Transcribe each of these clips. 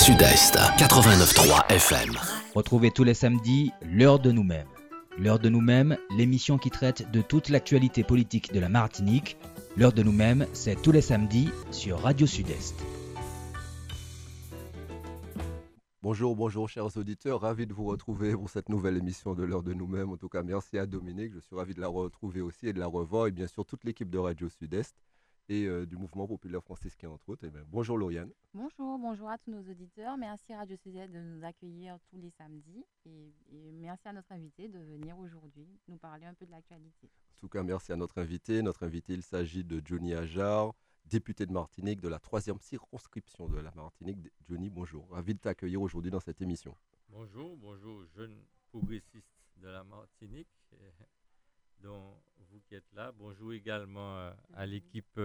Sud-Est, 89.3 FM. Retrouvez tous les samedis l'heure de nous-mêmes. L'heure de nous-mêmes, l'émission qui traite de toute l'actualité politique de la Martinique. L'heure de nous-mêmes, c'est tous les samedis sur Radio Sud-Est. Bonjour chers auditeurs, ravi de vous retrouver pour cette nouvelle émission de l'heure de nous-mêmes. En tout cas, merci à Dominique, je suis ravi de la retrouver aussi et de la revoir, et bien sûr toute l'équipe de Radio Sud-Est et du mouvement populaire franciscain entre autres. Bonjour Lauriane. Bonjour à tous nos auditeurs. Merci Radio Sud-Est de nous accueillir tous les samedis et merci à notre invité de venir aujourd'hui nous parler un peu de l'actualité. En tout cas, merci à notre invité. Notre invité, il s'agit de Johnny Ajar, député de Martinique de la 3e circonscription de la Martinique. Johnny, bonjour. Ravi de t'accueillir aujourd'hui dans cette émission. Bonjour, jeune progressiste de la Martinique, dont vous qui êtes là. Bonjour également à l'équipe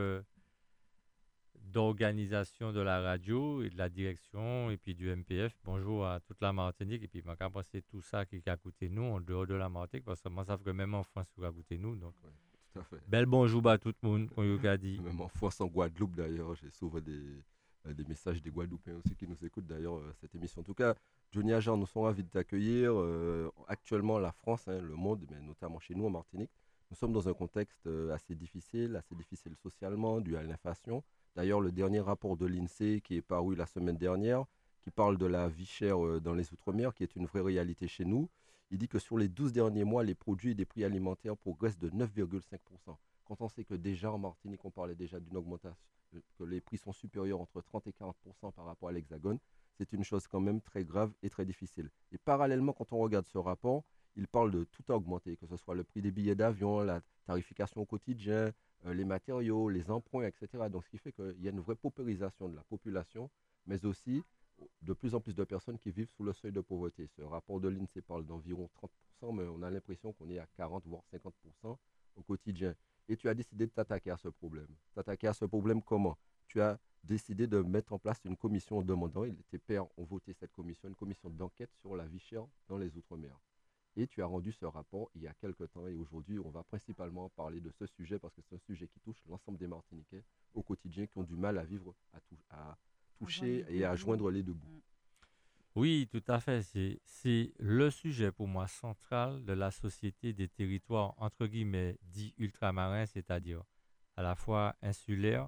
d'organisation de la radio et de la direction et puis du MPF. Bonjour à toute la Martinique et puis je vais passer tout ça qui a coûté nous en dehors de la Martinique parce que moi ça fait que même en France ça a coûté nous. Donc, oui, tout à fait. Bel bonjour à tout le monde, comme vous avez dit. Même en France, en Guadeloupe d'ailleurs, j'ai souvent des messages des Guadeloupéens aussi qui nous écoutent d'ailleurs cette émission. En tout cas, Johnny Ajar, nous sommes ravis de t'accueillir. Actuellement, la France, le monde, mais notamment chez nous en Martinique, nous sommes dans un contexte assez difficile socialement, dû à l'inflation. D'ailleurs, le dernier rapport de l'INSEE qui est paru la semaine dernière, qui parle de la vie chère dans les Outre-mer, qui est une vraie réalité chez nous, il dit que sur les 12 derniers mois, les produits et des prix alimentaires progressent de 9,5%. Quand on sait que déjà en Martinique, on parlait déjà d'une augmentation, que les prix sont supérieurs entre 30 et 40% par rapport à l'Hexagone, c'est une chose quand même très grave et très difficile. Et parallèlement, quand on regarde ce rapport, il parle de tout augmenter, que ce soit le prix des billets d'avion, la tarification au quotidien, les matériaux, les emprunts, etc. Donc, ce qui fait qu'il y a une vraie paupérisation de la population, mais aussi de plus en plus de personnes qui vivent sous le seuil de pauvreté. Ce rapport de l'INSEE parle d'environ 30%, mais on a l'impression qu'on est à 40 voire 50% au quotidien. Et tu as décidé de t'attaquer à ce problème. T'attaquer à ce problème comment? Tu as décidé de mettre en place une commission en demandant, et tes pairs ont voté cette commission, une commission d'enquête sur la vie chère dans les Outre-mer. Et tu as rendu ce rapport il y a quelques temps et aujourd'hui, on va principalement parler de ce sujet parce que c'est un sujet qui touche l'ensemble des Martiniquais au quotidien qui ont du mal à vivre, à toucher et à joindre les deux bouts. Oui, tout à fait. C'est le sujet pour moi central de la société des territoires entre guillemets dits ultramarins, c'est-à-dire à la fois insulaires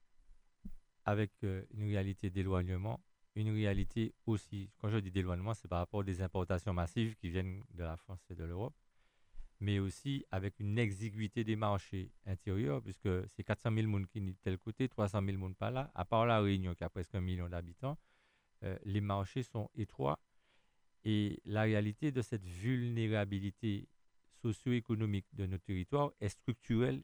avec une réalité d'éloignement, une réalité aussi, quand je dis d'éloignement, c'est par rapport aux importations massives qui viennent de la France et de l'Europe, mais aussi avec une exiguïté des marchés intérieurs, puisque c'est 400 000 personnes qui sont de tel côté, 300 000 personnes par là, à part la Réunion qui a presque 1 million d'habitants, les marchés sont étroits et la réalité de cette vulnérabilité socio-économique de nos territoires est structurelle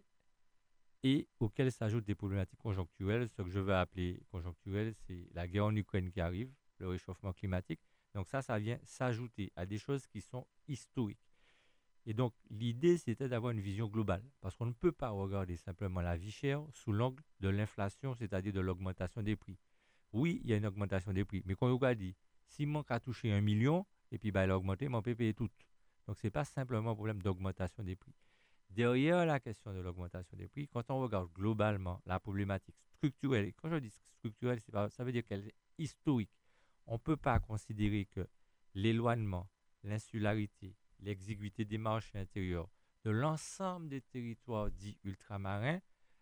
et auxquelles s'ajoutent des problématiques conjoncturelles. Ce que je veux appeler conjoncturel, c'est la guerre en Ukraine qui arrive, le réchauffement climatique. Donc ça vient s'ajouter à des choses qui sont historiques. Et donc l'idée, c'était d'avoir une vision globale, parce qu'on ne peut pas regarder simplement la vie chère sous l'angle de l'inflation, c'est-à-dire de l'augmentation des prix. Oui, il y a une augmentation des prix, mais quand on regarde, si manque à toucher 1 million, et puis il a augmenté, mon peut payer tout. Donc ce n'est pas simplement un problème d'augmentation des prix. Derrière la question de l'augmentation des prix, quand on regarde globalement la problématique structurelle, et quand je dis structurelle, ça veut dire qu'elle est historique. On ne peut pas considérer que l'éloignement, l'insularité, l'exiguïté des marchés intérieurs de l'ensemble des territoires dits ultramarins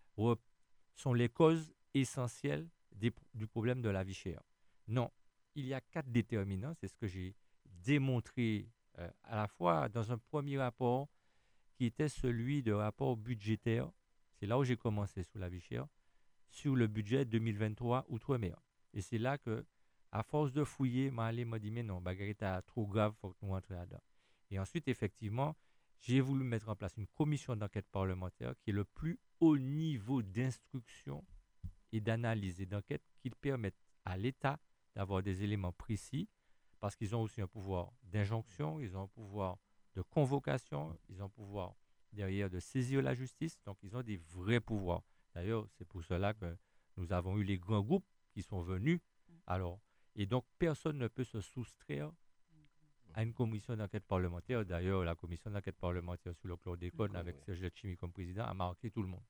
sont les causes essentielles du problème de la vie chère. Non, il y a 4 déterminants, c'est ce que j'ai démontré à la fois dans un premier rapport qui était celui de rapport budgétaire, c'est là où j'ai commencé sur la vie chère, sur le budget 2023 Outre-mer. Et c'est là que, à force de fouiller, m'a dit, mais non, bagarre trop grave, il faut que nous rentrions là-dedans. Et ensuite, effectivement, j'ai voulu mettre en place une commission d'enquête parlementaire qui est le plus haut niveau d'instruction et d'analyse et d'enquête qui permettent à l'État d'avoir des éléments précis parce qu'ils ont aussi un pouvoir d'injonction, ils ont un pouvoir de convocation, ils ont un pouvoir derrière de saisir la justice, donc ils ont des vrais pouvoirs. D'ailleurs, c'est pour cela que nous avons eu les grands groupes qui sont venus. Alors, et donc, personne ne peut se soustraire à une commission d'enquête parlementaire. D'ailleurs, la commission d'enquête parlementaire sur le chlordécone avec Serge Letchimy comme président a marqué tout le monde.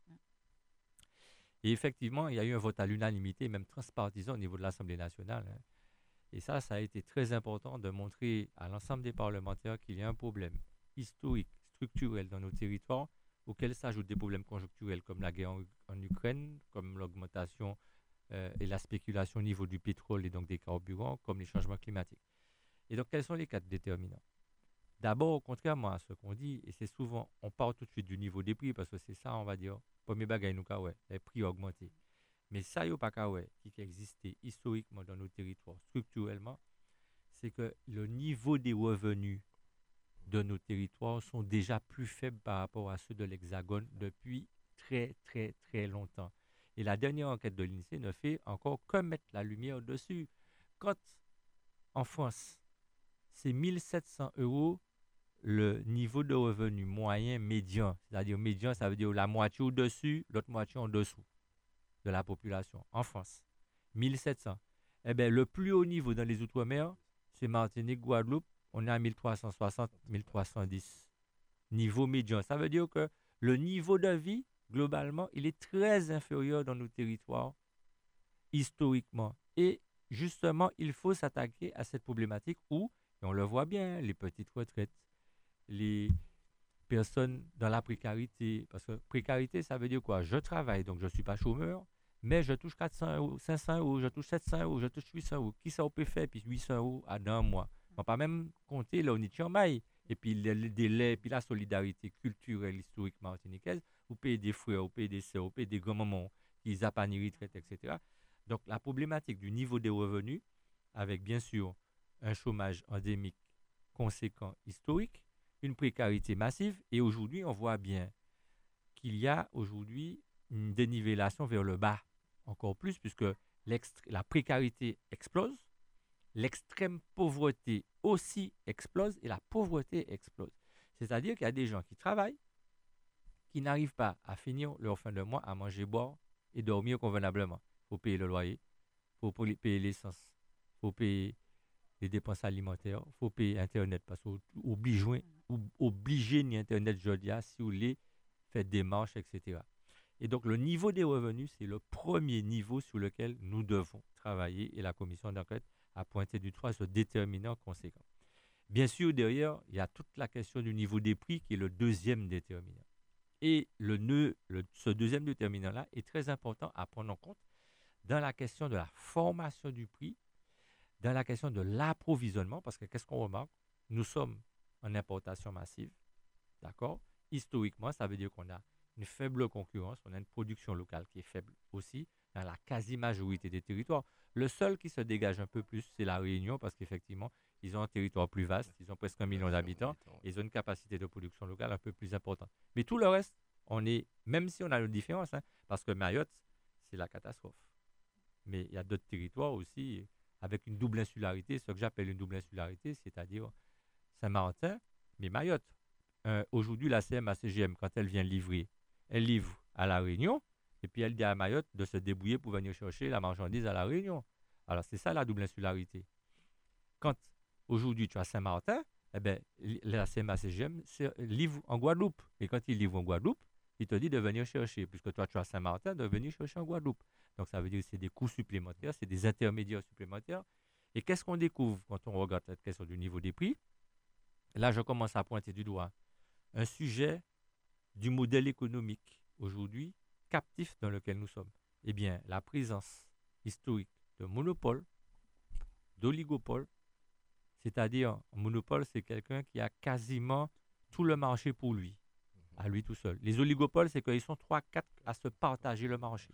Et effectivement, il y a eu un vote à l'unanimité, même transpartisan au niveau de l'Assemblée nationale. Et ça a été très important de montrer à l'ensemble des parlementaires qu'il y a un problème historique, structurel dans nos territoires, auxquels s'ajoutent des problèmes conjoncturels comme la guerre en Ukraine, comme l'augmentation et la spéculation au niveau du pétrole et donc des carburants, comme les changements climatiques. Et donc, quels sont les quatre déterminants? D'abord, contrairement à ce qu'on dit, et c'est souvent, on part tout de suite du niveau des prix, parce que c'est ça, on va dire, premier bagage, nous, les prix ont augmenté. Mais ça, il n'y a pas qui existait historiquement dans nos territoires, structurellement, c'est que le niveau des revenus de nos territoires sont déjà plus faibles par rapport à ceux de l'Hexagone depuis très, très, très longtemps. Et la dernière enquête de l'INSEE ne fait encore que mettre la lumière dessus. Quand, en France, c'est 1 700 € le niveau de revenu moyen médian, c'est-à-dire médian, ça veut dire la moitié au-dessus, l'autre moitié en dessous de la population en France. 1700. Eh bien, le plus haut niveau dans les Outre-mer, c'est Martinique, Guadeloupe, on est à 1360, 1310. Niveau médian. Ça veut dire que le niveau de vie, globalement, il est très inférieur dans nos territoires, historiquement. Et justement, il faut s'attaquer à cette problématique où, et on le voit bien, les petites retraites, les personnes dans la précarité. Parce que précarité, ça veut dire quoi? Je travaille, donc je ne suis pas chômeur, mais je touche 400 €, 500 €, je touche 700 €, je touche 800 € Qui ça peut faire, puis 800 € à d'un mois? On ne va pas même compter là, on est maille. Et puis les délais, puis la solidarité culturelle, historique martiniquaise, vous payez des frères, vous payez des sœurs, vous payez des grands-mamans qui ont pas ni retraite, etc. Donc la problématique du niveau des revenus, avec bien sûr un chômage endémique conséquent historique, une précarité massive, et aujourd'hui on voit bien qu'il y a aujourd'hui une dénivellation vers le bas, encore plus, puisque la précarité explose, l'extrême pauvreté aussi explose et la pauvreté explose. C'est-à-dire qu'il y a des gens qui travaillent, qui n'arrivent pas à finir leur fin de mois, à manger, boire et dormir convenablement. Il faut payer le loyer, il faut payer l'essence, il faut payer les dépenses alimentaires, il faut payer Internet, parce qu'obligé ni Internet, je dis, si vous voulez faire des marches, etc. Et donc, le niveau des revenus, c'est le premier niveau sur lequel nous devons travailler, et la commission d'enquête a pointé du doigt ce déterminant conséquent. Bien sûr, derrière, il y a toute la question du niveau des prix qui est le deuxième déterminant. Et ce deuxième déterminant-là est très important à prendre en compte dans la question de la formation du prix, dans la question de l'approvisionnement, parce que qu'est-ce qu'on remarque? Nous sommes en importation massive, d'accord? Historiquement, ça veut dire qu'on a une faible concurrence, on a une production locale qui est faible aussi dans la quasi-majorité des territoires. Le seul qui se dégage un peu plus, c'est la Réunion, parce qu'effectivement, ils ont un territoire plus vaste, ils ont presque 1 million d'habitants, et ils ont une capacité de production locale un peu plus importante. Mais tout le reste, même si on a une différence, parce que Mayotte, c'est la catastrophe. Mais il y a d'autres territoires aussi avec une double insularité, ce que j'appelle une double insularité, c'est-à-dire Saint-Martin, mais Mayotte. Aujourd'hui, la CMA-CGM, quand elle vient livrer, elle livre à La Réunion, et puis elle dit à Mayotte de se débrouiller pour venir chercher la marchandise à La Réunion. Alors, c'est ça la double insularité. Quand aujourd'hui tu as Saint-Martin, eh bien, la CMA-CGM livre en Guadeloupe. Et quand il livre en Guadeloupe, il te dit de venir chercher, puisque toi tu as Saint-Martin, de venir chercher en Guadeloupe. Donc, ça veut dire que c'est des coûts supplémentaires, c'est des intermédiaires supplémentaires. Et qu'est-ce qu'on découvre quand on regarde cette question du niveau des prix? Là, je commence à pointer du doigt un sujet du modèle économique aujourd'hui captif dans lequel nous sommes. Eh bien, la présence historique de monopole, d'oligopole, c'est-à-dire un monopole, c'est quelqu'un qui a quasiment tout le marché pour lui, à lui tout seul. Les oligopoles, c'est qu'ils sont 3-4 à se partager le marché.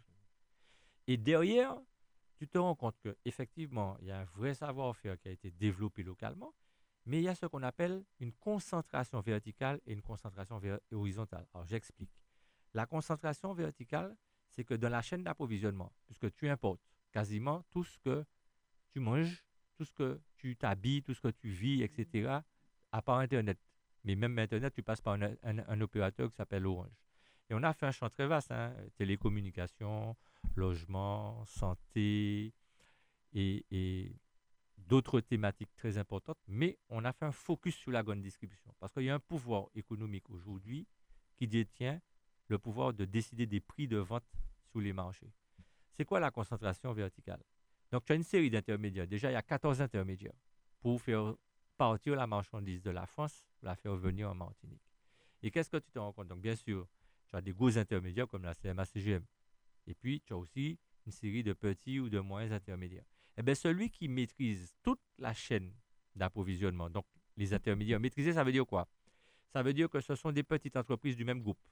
Et derrière, tu te rends compte qu'effectivement, il y a un vrai savoir-faire qui a été développé localement, mais il y a ce qu'on appelle une concentration verticale et une concentration horizontale. Alors, j'explique. La concentration verticale, c'est que dans la chaîne d'approvisionnement, puisque tu importes quasiment tout ce que tu manges, tout ce que tu t'habilles, tout ce que tu vis, etc., à part Internet. Mais même Internet, tu passes par un opérateur qui s'appelle Orange. Et on a fait un champ très vaste, télécommunications, logement, santé et d'autres thématiques très importantes, mais on a fait un focus sur la grande distribution parce qu'il y a un pouvoir économique aujourd'hui qui détient le pouvoir de décider des prix de vente sur les marchés. C'est quoi la concentration verticale? Donc, tu as une série d'intermédiaires. Déjà, il y a 14 intermédiaires pour faire partir la marchandise de la France, pour la faire venir en Martinique. Et qu'est-ce que tu te rends compte? Donc, bien sûr, tu as des gros intermédiaires comme la CMA-CGM. Et puis, tu as aussi une série de petits ou de moyens intermédiaires. Eh bien, celui qui maîtrise toute la chaîne d'approvisionnement, donc les intermédiaires, maîtriser, ça veut dire quoi? Ça veut dire que ce sont des petites entreprises du même groupe.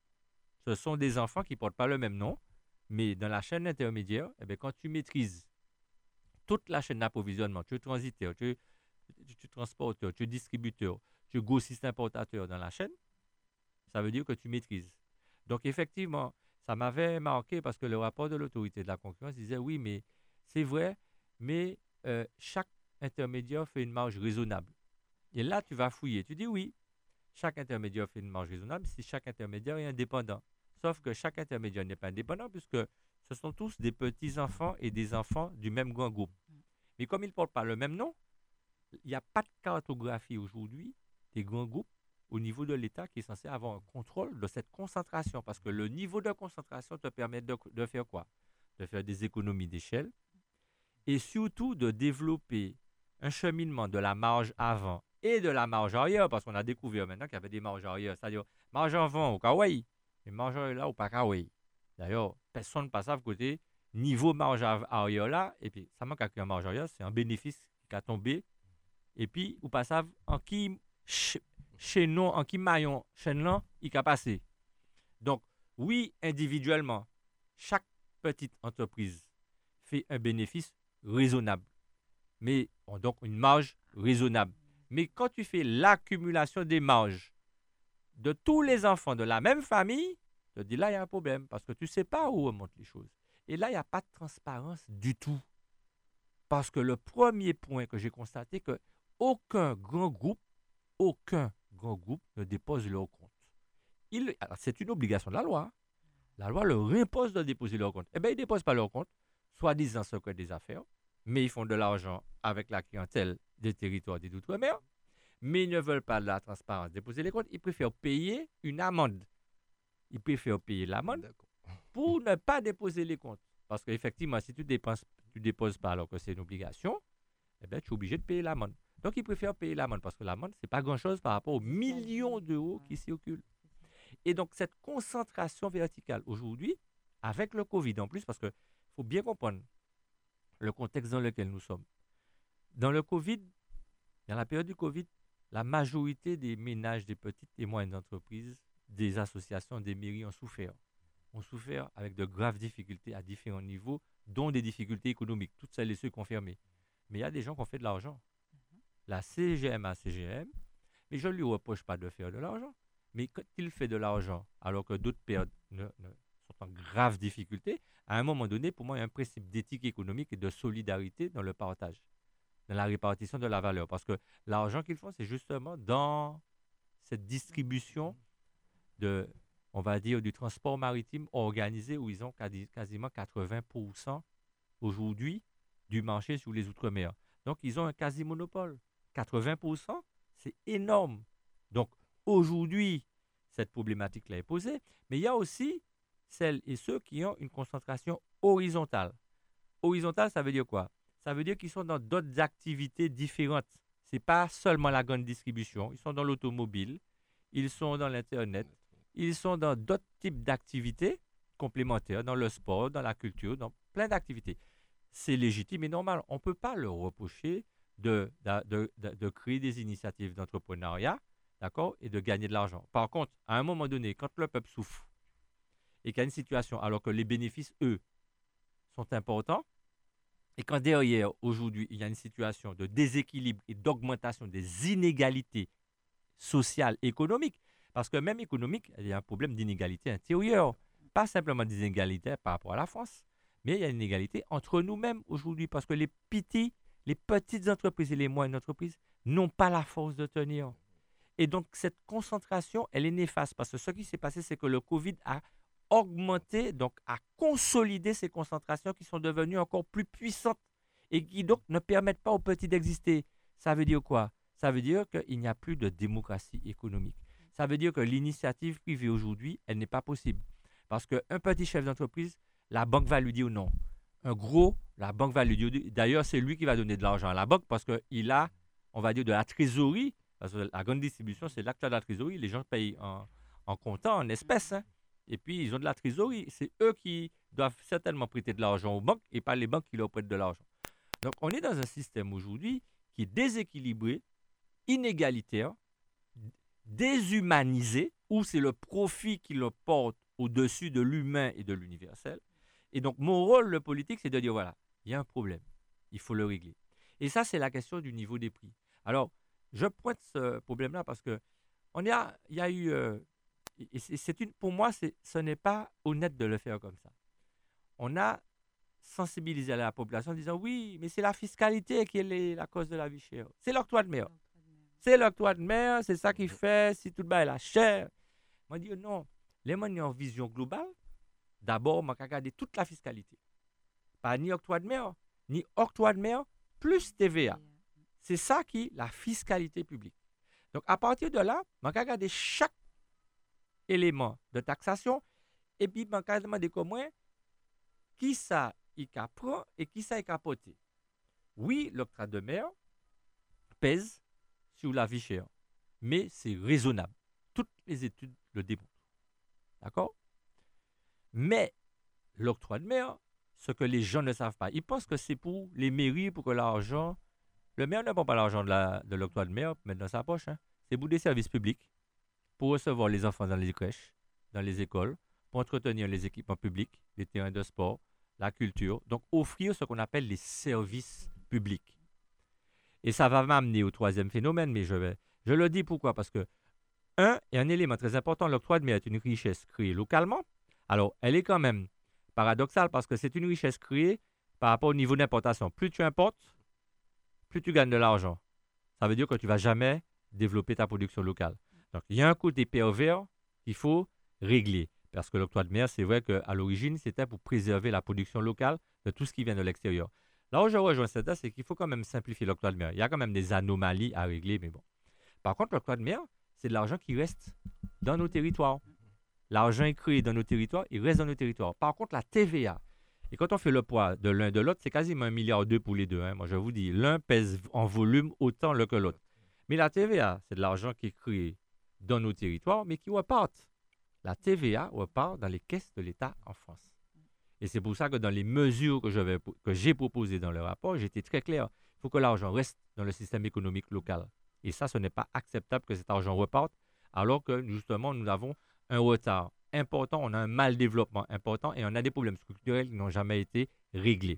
Ce sont des enfants qui ne portent pas le même nom, mais dans la chaîne intermédiaire, eh bien, quand tu maîtrises toute la chaîne d'approvisionnement, tu es transitaire, tu es transporteur, tu es distributeur, tu es grossiste importateur dans la chaîne, ça veut dire que tu maîtrises. Donc, effectivement, ça m'avait marqué parce que le rapport de l'autorité de la concurrence disait oui, mais c'est vrai, mais chaque intermédiaire fait une marge raisonnable. Et là, tu vas fouiller. Tu dis oui, chaque intermédiaire fait une marge raisonnable si chaque intermédiaire est indépendant. Sauf que chaque intermédiaire n'est pas indépendant puisque ce sont tous des petits-enfants et des enfants du même grand groupe. Mais comme ils ne portent pas le même nom, il n'y a pas de cartographie aujourd'hui des grands groupes au niveau de l'État qui est censé avoir un contrôle de cette concentration. Parce que le niveau de concentration te permet de faire quoi? De faire des économies d'échelle et surtout de développer un cheminement de la marge avant et de la marge arrière, parce qu'on a découvert maintenant qu'il y avait des marges arrière, c'est-à-dire marge avant au Kawaii, et marge arrière là au pas Kawaii. D'ailleurs, personne ne passe à côté niveau marge arrière là, et puis ça manque à une marge arrière, c'est un bénéfice qui a tombé, et puis ou passe en qui chez nous, en qui maillon chaîne là, il a passé. Donc, oui, individuellement, chaque petite entreprise fait un bénéfice raisonnable, mais donc une marge raisonnable. Mais quand tu fais l'accumulation des marges de tous les enfants de la même famille, tu te dis là, il y a un problème parce que tu ne sais pas où remontent les choses. Et là, il n'y a pas de transparence du tout. Parce que le premier point que j'ai constaté, que aucun grand groupe ne dépose leur compte. C'est une obligation de la loi. La loi leur impose de déposer leur compte. Eh bien, ils ne déposent pas leur compte, soi-disant secret des affaires, mais ils font de l'argent avec la clientèle des territoires des Outre-mer, mais ils ne veulent pas de la transparence, déposer les comptes. Ils préfèrent payer une amende. Ils préfèrent payer l'amende pour ne pas déposer les comptes. Parce qu'effectivement, si tu ne déposes pas alors que c'est une obligation, eh bien, tu es obligé de payer l'amende. Donc, ils préfèrent payer l'amende parce que l'amende, ce n'est pas grand-chose par rapport aux millions d'euros qui circulent. Et donc, cette concentration verticale aujourd'hui, avec le Covid en plus, parce qu'il faut bien comprendre le contexte dans lequel nous sommes. Dans le Covid, dans la période du Covid, la majorité des ménages, des petites et moyennes entreprises, des associations, des mairies ont souffert. Ont souffert avec de graves difficultés à différents niveaux, dont des difficultés économiques, toutes celles et ceux confirmés. Mais il y a des gens qui ont fait de l'argent. La CGM, mais je ne lui reproche pas de faire de l'argent. Mais quand il fait de l'argent, alors que d'autres perdent, sont en grave difficulté, à un moment donné, pour moi, il y a un principe d'éthique économique et de solidarité dans le partage, dans la répartition de la valeur. Parce que l'argent qu'ils font, c'est justement dans cette distribution de, on va dire, du transport maritime organisé où ils ont quasiment 80% aujourd'hui du marché sur les Outre-mer. Donc, ils ont un quasi-monopole. 80%, c'est énorme. Donc, aujourd'hui, cette problématique-là est posée, mais il y a aussi celles et ceux qui ont une concentration horizontale. Horizontale, ça veut dire quoi? Ça veut dire qu'ils sont dans d'autres activités différentes. Ce n'est pas seulement la grande distribution. Ils sont dans l'automobile, ils sont dans l'Internet, ils sont dans d'autres types d'activités complémentaires, dans le sport, dans la culture, dans plein d'activités. C'est légitime et normal. On ne peut pas leur reprocher de créer des initiatives d'entrepreneuriat, d'accord, et de gagner de l'argent. Par contre, à un moment donné, quand le peuple souffre et qu'il y a une situation alors que les bénéfices, eux, sont importants, et quand derrière, aujourd'hui, il y a une situation de déséquilibre et d'augmentation des inégalités sociales, économiques, parce que même économique, il y a un problème d'inégalité intérieure, pas simplement des inégalités par rapport à la France, mais il y a une inégalité entre nous-mêmes aujourd'hui, parce que les petites entreprises et les moyennes entreprises n'ont pas la force de tenir. Et donc, cette concentration, elle est néfaste, parce que ce qui s'est passé, c'est que le Covid a augmenté, donc a consolidé ces concentrations qui sont devenues encore plus puissantes et qui donc ne permettent pas aux petits d'exister. Ça veut dire quoi? Ça veut dire qu'il n'y a plus de démocratie économique. Ça veut dire que l'initiative privée aujourd'hui, elle n'est pas possible. Parce qu'un petit chef d'entreprise, la banque va lui dire non. la banque va lui dire, d'ailleurs, c'est lui qui va donner de l'argent à la banque parce qu'il a, on va dire, de la trésorerie. Parce que la grande distribution, c'est l'acte de la trésorerie. Les gens payent en comptant, en espèces. Hein. Et puis, ils ont de la trésorerie. C'est eux qui doivent certainement prêter de l'argent aux banques et pas les banques qui leur prêtent de l'argent. Donc, on est dans un système aujourd'hui qui est déséquilibré, inégalitaire, déshumanisé, où c'est le profit qui le porte au-dessus de l'humain et de l'universel. Et donc, mon rôle, le politique, c'est de dire, voilà, il y a un problème, il faut le régler. Et ça, c'est la question du niveau des prix. Alors, je pointe ce problème-là parce que il y a eu... pour moi, ce n'est pas honnête de le faire comme ça. On a sensibilisé la population en disant, oui, mais c'est la fiscalité qui est la cause de la vie chère. C'est l'octroi de mer. C'est l'octroi de mer, c'est ça qui fait, si tout le bas est la chair. Moi, je dis, non, les gens ont une vision globale. D'abord, on va regarder toute la fiscalité. Pas ni octroi de mer, ni octroi de mer, plus TVA. C'est ça qui est la fiscalité publique. Donc, à partir de là, on va regarder chaque élément de taxation et puis on va demander comment qui ça il prend et qui ça il capoté. Oui, l'octroi de mer pèse sur la vie chère, mais c'est raisonnable. Toutes les études le démontrent. D'accord? Mais l'octroi de mer, ce que les gens ne savent pas, ils pensent que c'est pour les mairies, pour que l'argent... Le maire ne prend pas l'argent de l'octroi de mer, mettre dans sa poche. Hein. C'est pour des services publics, pour recevoir les enfants dans les crèches, dans les écoles, pour entretenir les équipements publics, les terrains de sport, la culture. Donc, offrir ce qu'on appelle les services publics. Et ça va m'amener au troisième phénomène, mais je le dis pourquoi? Parce que, un élément très important, l'octroi de mer est une richesse créée localement. Alors, elle est quand même paradoxale parce que c'est une richesse créée par rapport au niveau d'importation. Plus tu importes, plus tu gagnes de l'argent. Ça veut dire que tu ne vas jamais développer ta production locale. Donc, il y a un côté pervers qu'il faut régler. Parce que l'octroi de mer, c'est vrai qu'à l'origine, c'était pour préserver la production locale de tout ce qui vient de l'extérieur. Là où je rejoins ça, c'est qu'il faut quand même simplifier l'octroi de mer. Il y a quand même des anomalies à régler, mais bon. Par contre, l'octroi de mer, c'est de l'argent qui reste dans nos territoires. L'argent est créé dans nos territoires, il reste dans nos territoires. Par contre, la TVA, et quand on fait le poids de l'un de l'autre, c'est quasiment 1,2 milliard pour les deux. Hein. Moi, je vous dis, l'un pèse en volume autant que l'autre. Mais la TVA, c'est de l'argent qui est créé dans nos territoires, mais qui repart. La TVA repart dans les caisses de l'État en France. Et c'est pour ça que dans les mesures que j'ai proposées dans le rapport, j'étais très clair. Il faut que l'argent reste dans le système économique local. Et ça, ce n'est pas acceptable que cet argent reparte, alors que justement, nous avons un retard important, on a un mal-développement important et on a des problèmes structurels qui n'ont jamais été réglés.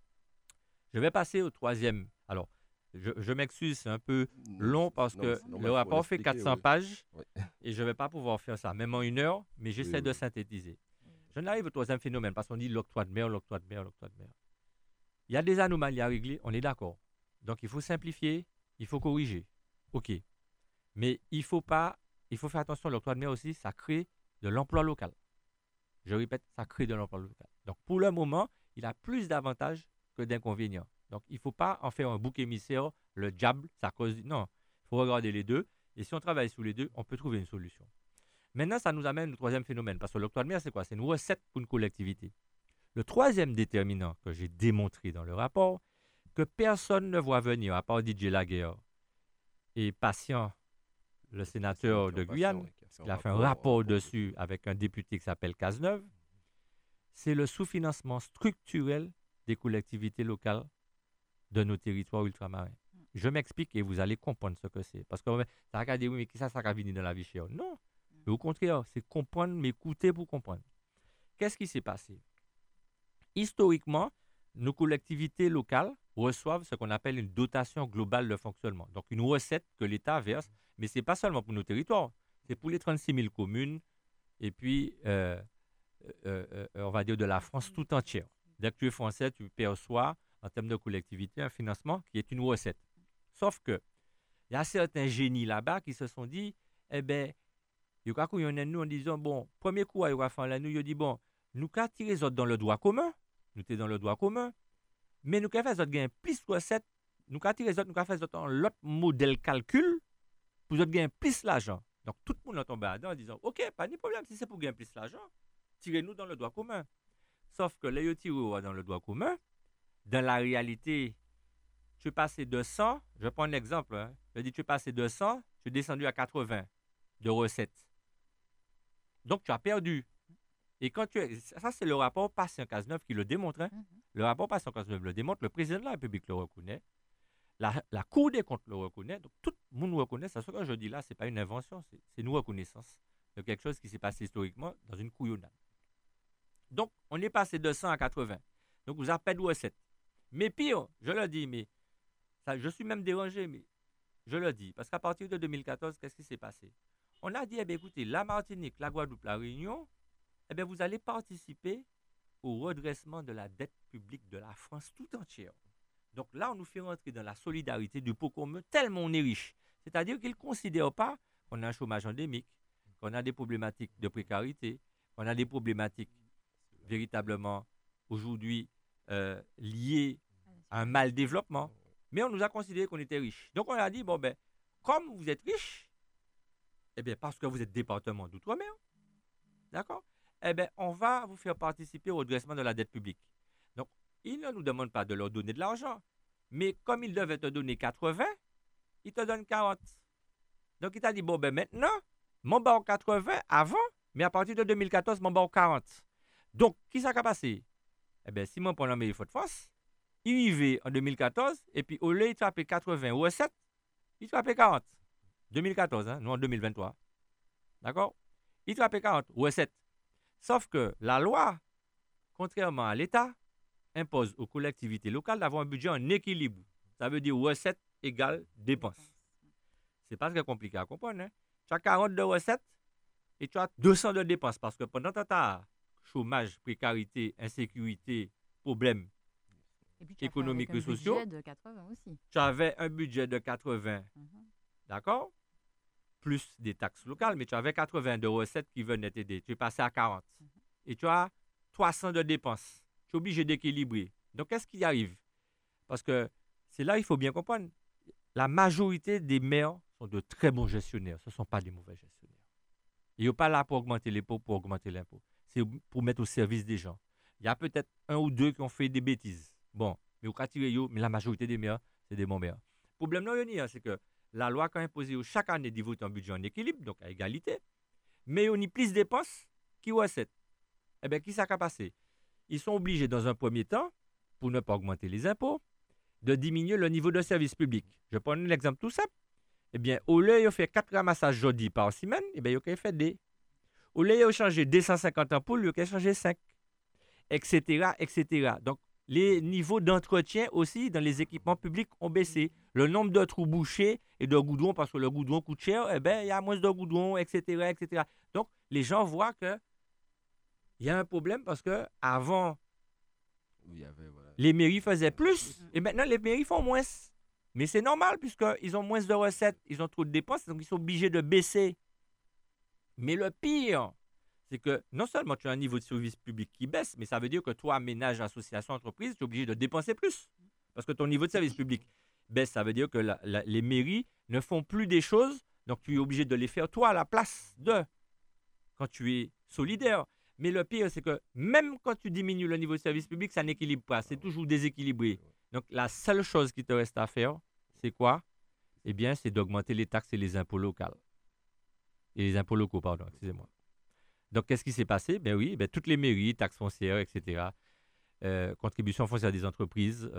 Je vais passer au troisième. Alors, je m'excuse, c'est un peu long parce que le rapport fait 400 pages et je ne vais pas pouvoir faire ça, même en 1 heure, mais j'essaie de synthétiser. Je n'arrive au troisième phénomène parce qu'on dit l'octroi de mer, l'octroi de mer, l'octroi de mer. Il y a des anomalies à régler, on est d'accord. Donc, il faut simplifier, il faut corriger. OK. Mais il faut faire attention, l'octroi de mer aussi, ça crée de l'emploi local. Je répète, ça crée de l'emploi local. Donc, pour le moment, il a plus d'avantages que d'inconvénients. Donc, il ne faut pas en faire un bouc émissaire, le diable, ça cause... Non, il faut regarder les deux. Et si on travaille sur les deux, on peut trouver une solution. Maintenant, ça nous amène au troisième phénomène. Parce que l'octroi de mer, c'est quoi? C'est une recette pour une collectivité. Le troisième déterminant que j'ai démontré dans le rapport, que personne ne voit venir, à part DJ Laguerre et Patient, le sénateur de Guyane, il a fait un rapport dessus avec un député qui s'appelle Cazeneuve, c'est le sous-financement structurel des collectivités locales de nos territoires ultramarins. Je m'explique et vous allez comprendre ce que c'est. Parce que ça va dire, oui, mais qui ça va venir dans la vie chère? Non. Mais au contraire, c'est comprendre, m'écouter pour comprendre. Qu'est-ce qui s'est passé? Historiquement, nos collectivités locales reçoivent ce qu'on appelle une dotation globale de fonctionnement. Donc, une recette que l'État verse, mais ce n'est pas seulement pour nos territoires, c'est pour les 36 000 communes et puis, on va dire, de la France tout entière. Dès que tu es français, tu perçois, en termes de collectivité, un financement qui est une recette. Sauf que, il y a certains génies là-bas qui se sont dit, eh bien, il y a nous en disant, bon, premier coup, il y a fait nous, il dit, bon, nous qu'à tirer les autres dans le droit commun, nous sommes dans le droit commun, mais nous qu'à faire les autres gagner plus de recettes, nous qu'à tirer les autres, nous qu'à faire les autres dans l'autre modèle calcul, pour les autres gagner plus l'argent. Donc, tout le monde est tombé là-dedans en disant, OK, pas de problème, si c'est pour gagner plus l'argent, tirez-nous dans le droit commun. Sauf que là, tu dans le droit commun, dans la réalité, tu es passé de 100, je prends un exemple, hein, je dis tu es passé de 100, tu es descendu à 80 de recettes. Donc, tu as perdu. Et quand ça, c'est le rapport Patient-Cazeneuve qui le démontre. Hein. Le rapport Patient-Cazeneuve le démontre, le président de la République le reconnaît, la Cour des comptes le reconnaît, donc tout le monde reconnaît. Ça, ce que je dis là, ce n'est pas une invention, c'est une reconnaissance de quelque chose qui s'est passé historiquement dans une couillonnade. Donc, on est passé de 100 à 80. Donc, vous avez perdu recettes. Mais pire, je le dis, mais ça, je suis même dérangé, mais je le dis, parce qu'à partir de 2014, qu'est-ce qui s'est passé? On a dit, eh bien, écoutez, la Martinique, la Guadeloupe, la Réunion, eh bien, vous allez participer au redressement de la dette publique de la France tout entière. Donc là, on nous fait rentrer dans la solidarité du pot commun tellement on est riche. C'est-à-dire qu'ils ne considèrent pas qu'on a un chômage endémique, qu'on a des problématiques de précarité, qu'on a des problématiques véritablement aujourd'hui liées à un mal développement. Mais on nous a considéré qu'on était riche. Donc on a dit, bon ben, comme vous êtes riche, eh bien parce que vous êtes département d'outre-mer, d'accord? Eh bien, on va vous faire participer au redressement de la dette publique. Donc, ils ne nous demandent pas de leur donner de l'argent. Mais comme ils devaient te donner 80, ils te donnent 40. Donc, il t'a dit, bon, ben maintenant, mon bar 80 avant, mais à partir de 2014, mon bar 40. Donc, qui ça qui a passé? Eh bien, si mon prend la meilleure faute de force, il vivait en 2014, et puis au lieu de frapper 80 recettes, il frappait 40. 2014, hein, nous en 2023. D'accord? Il frappait 40 recettes. Sauf que la loi, contrairement à l'État, impose aux collectivités locales d'avoir un budget en équilibre. Ça veut dire recettes égale dépenses. Ce n'est pas très compliqué à comprendre. Hein? Tu as 40 de recettes et tu as 200 de dépenses parce que pendant que tu as chômage, précarité, insécurité, problèmes économiques et sociaux, de 80 aussi. Tu avais un budget de 80, d'accord? Plus des taxes locales, mais tu avais 80 de recettes qui venaient t'aider. Tu es passé à 40. Et tu as 300 de dépenses. Tu es obligé d'équilibrer. Donc, qu'est-ce qui arrive? Parce que c'est là qu'il faut bien comprendre. La majorité des maires sont de très bons gestionnaires. Ce ne sont pas des mauvais gestionnaires. Ils ne sont pas là pour augmenter l'impôt, pour augmenter l'impôt. C'est pour mettre au service des gens. Il y a peut-être un ou deux qui ont fait des bêtises. Bon, mais mais la majorité des maires, c'est des bons maires. Le problème, non, c'est que la loi a imposé chaque année de voter un budget en équilibre, donc à égalité, mais on y plus de dépenses qui recettes. Eh bien, qui ça a passé? Ils sont obligés, dans un premier temps, pour ne pas augmenter les impôts, de diminuer le niveau de service public. Je prends un exemple tout simple. Eh bien, au lieu de faire 4 ramassages jeudi par semaine, eh bien, il fait des. Au lieu de changer 250 ampoules, il changer 5, etc., etc. Donc, les niveaux d'entretien aussi dans les équipements publics ont baissé. Le nombre de trous bouchés et de goudron, parce que le goudron coûte cher, eh bien, il y a moins de goudron, etc., etc. Donc, les gens voient qu'il y a un problème parce qu'avant, les mairies faisaient plus et maintenant, les mairies font moins. Mais c'est normal puisqu'ils ont moins de recettes, ils ont trop de dépenses, donc ils sont obligés de baisser. Mais le pire, c'est que non seulement tu as un niveau de service public qui baisse, mais ça veut dire que toi, ménage, association, entreprise, tu es obligé de dépenser plus. Parce que ton niveau de service public baisse, ça veut dire que les mairies ne font plus des choses, donc tu es obligé de les faire toi à la place d'eux, quand tu es solidaire. Mais le pire, c'est que même quand tu diminues le niveau de service public, ça n'équilibre pas, c'est toujours déséquilibré. Donc la seule chose qui te reste à faire, c'est quoi? Eh bien, c'est d'augmenter les taxes et les impôts locaux. Et les impôts locaux, pardon, excusez-moi. Donc, qu'est-ce qui s'est passé? Ben oui, toutes les mairies, taxes foncières, etc., contributions foncières des entreprises,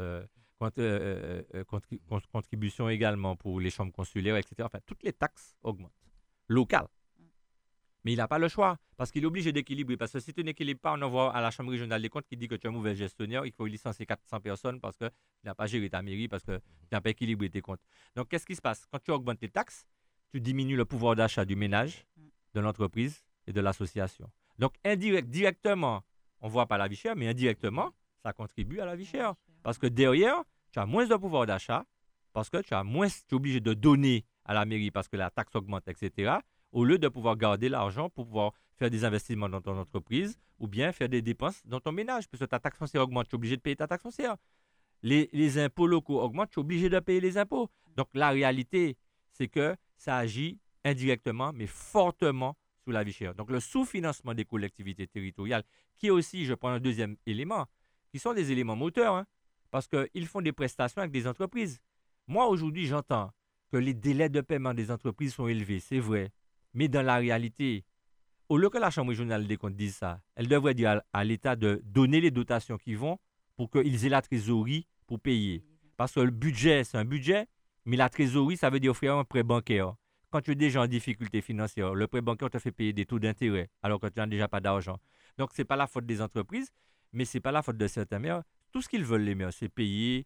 contributions également pour les chambres consulaires, etc. Enfin, toutes les taxes augmentent, locales. Mais il n'a pas le choix, parce qu'il est obligé d'équilibrer. Parce que si tu n'équilibres pas, on envoie à la Chambre régionale des comptes qui dit que tu es un mauvais gestionnaire, il faut licencier 400 personnes parce que tu n'as pas géré ta mairie, parce que tu n'as pas équilibré tes comptes. Donc, qu'est-ce qui se passe? Quand tu augmentes tes taxes, tu diminues le pouvoir d'achat du ménage, de l'entreprise et de l'association. Donc, directement, on ne voit pas la vie chère, mais indirectement, ça contribue à la vie chère. Parce que derrière, tu as moins de pouvoir d'achat, parce que tu es obligé de donner à la mairie parce que la taxe augmente, etc., au lieu de pouvoir garder l'argent pour pouvoir faire des investissements dans ton entreprise ou bien faire des dépenses dans ton ménage. Parce que ta taxe foncière augmente, tu es obligé de payer ta taxe foncière. Les impôts locaux augmentent, tu es obligé de payer les impôts. Donc, la réalité, c'est que ça agit indirectement, mais fortement sur la vie chère. Donc, le sous-financement des collectivités territoriales, qui est aussi, je prends un deuxième élément, qui sont des éléments moteurs, hein, parce qu'ils font des prestations avec des entreprises. Moi, aujourd'hui, j'entends que les délais de paiement des entreprises sont élevés, c'est vrai. Mais dans la réalité, au lieu que la Chambre régionale des comptes dise ça, elle devrait dire à l'État de donner les dotations qui vont pour qu'ils aient la trésorerie pour payer. Parce que le budget, c'est un budget, mais la trésorerie, ça veut dire offrir un prêt bancaire. Quand tu es déjà en difficulté financière, le prêt bancaire te fait payer des taux d'intérêt alors que tu n'as déjà pas d'argent. Donc, ce n'est pas la faute des entreprises, mais ce n'est pas la faute de certains maires. Tout ce qu'ils veulent, les maires, c'est payer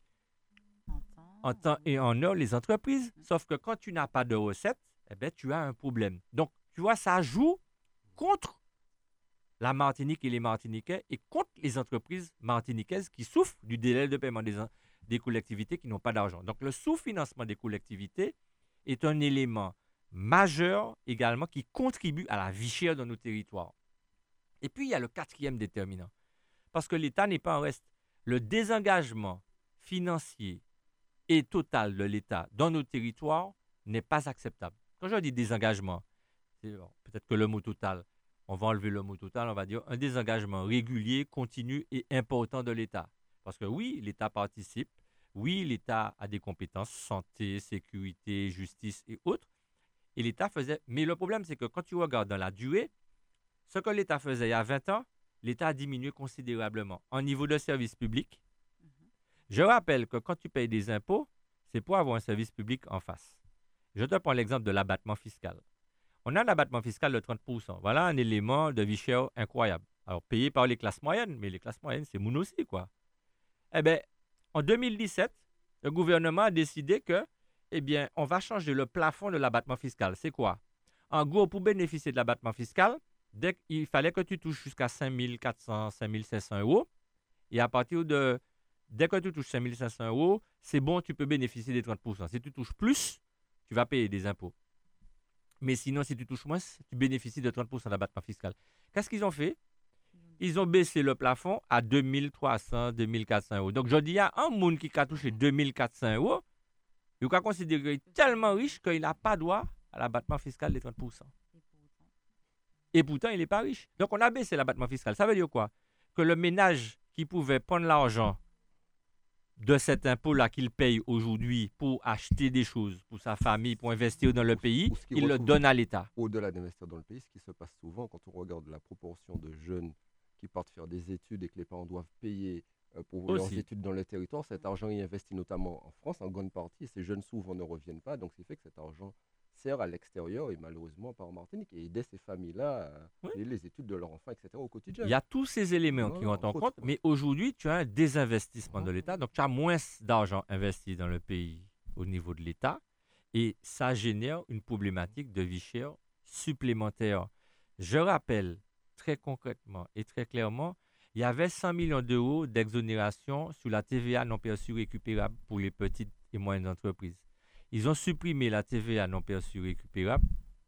en temps et en heure les entreprises. Sauf que quand tu n'as pas de recettes, eh bien, tu as un problème. Donc, tu vois, ça joue contre la Martinique et les Martiniquais et contre les entreprises martiniquaises qui souffrent du délai de paiement des collectivités qui n'ont pas d'argent. Donc, le sous-financement des collectivités est un élément majeur également qui contribue à la vie chère de nos territoires. Et puis, il y a le quatrième déterminant. Parce que l'État n'est pas en reste. Le désengagement financier et total de l'État dans nos territoires n'est pas acceptable. Quand je dis désengagement, peut-être que le mot total, on va enlever le mot total, on va dire un désengagement régulier, continu et important de l'État. Parce que oui, l'État participe, oui, l'État a des compétences, santé, sécurité, justice et autres, et l'État faisait... Mais le problème, c'est que quand tu regardes dans la durée, ce que l'État faisait il y a 20 ans, l'État a diminué considérablement en niveau de service public. Je rappelle que quand tu payes des impôts, c'est pour avoir un service public en face. Je te prends l'exemple de l'abattement fiscal. On a un abattement fiscal de 30%. Voilà un élément de vie chère incroyable. Alors, payé par les classes moyennes, mais les classes moyennes, c'est moun aussi, quoi. Eh bien, en 2017, le gouvernement a décidé que, eh bien, on va changer le plafond de l'abattement fiscal. C'est quoi? En gros, pour bénéficier de l'abattement fiscal, il fallait que tu touches jusqu'à 5 400, 5 500 euros. Et à partir de... Dès que tu touches 5 500 euros, c'est bon, tu peux bénéficier des 30%. Si tu touches plus, tu vas payer des impôts. Mais sinon, si tu touches moins, tu bénéficies de 30% d'abattement fiscal. Qu'est-ce qu'ils ont fait? Ils ont baissé le plafond à 2300, 2400 euros. Donc, je dis à un monde qui a touché 2400 euros, il va considérer qu'il est tellement riche qu'il n'a pas droit à l'abattement fiscal des 30%. Et pourtant, il n'est pas riche. Donc, on a baissé l'abattement fiscal. Ça veut dire quoi? Que le ménage qui pouvait prendre l'argent de cet impôt-là qu'il paye aujourd'hui pour acheter des choses pour sa famille, pour investir dans le pays, il le donne à l'État. Au-delà d'investir dans le pays, ce qui se passe souvent quand on regarde la proportion de jeunes qui partent faire des études et que les parents doivent payer pour leurs études dans le territoire, cet argent est investi notamment en France, en grande partie, et ces jeunes souvent ne reviennent pas, donc c'est fait que cet argent sert à l'extérieur et malheureusement pas en Martinique et aider ces familles-là à payer les études de leurs enfants, etc. au quotidien. Il y a tous ces éléments qui rentrent en compte, mais aujourd'hui, tu as un désinvestissement de l'État, donc tu as moins d'argent investi dans le pays au niveau de l'État et ça génère une problématique de vie chère supplémentaire. Je rappelle très concrètement et très clairement, il y avait 100 millions d'euros d'exonération sur la TVA non perçue récupérable pour les petites et moyennes entreprises. Ils ont supprimé la TVA non perçue récupérable.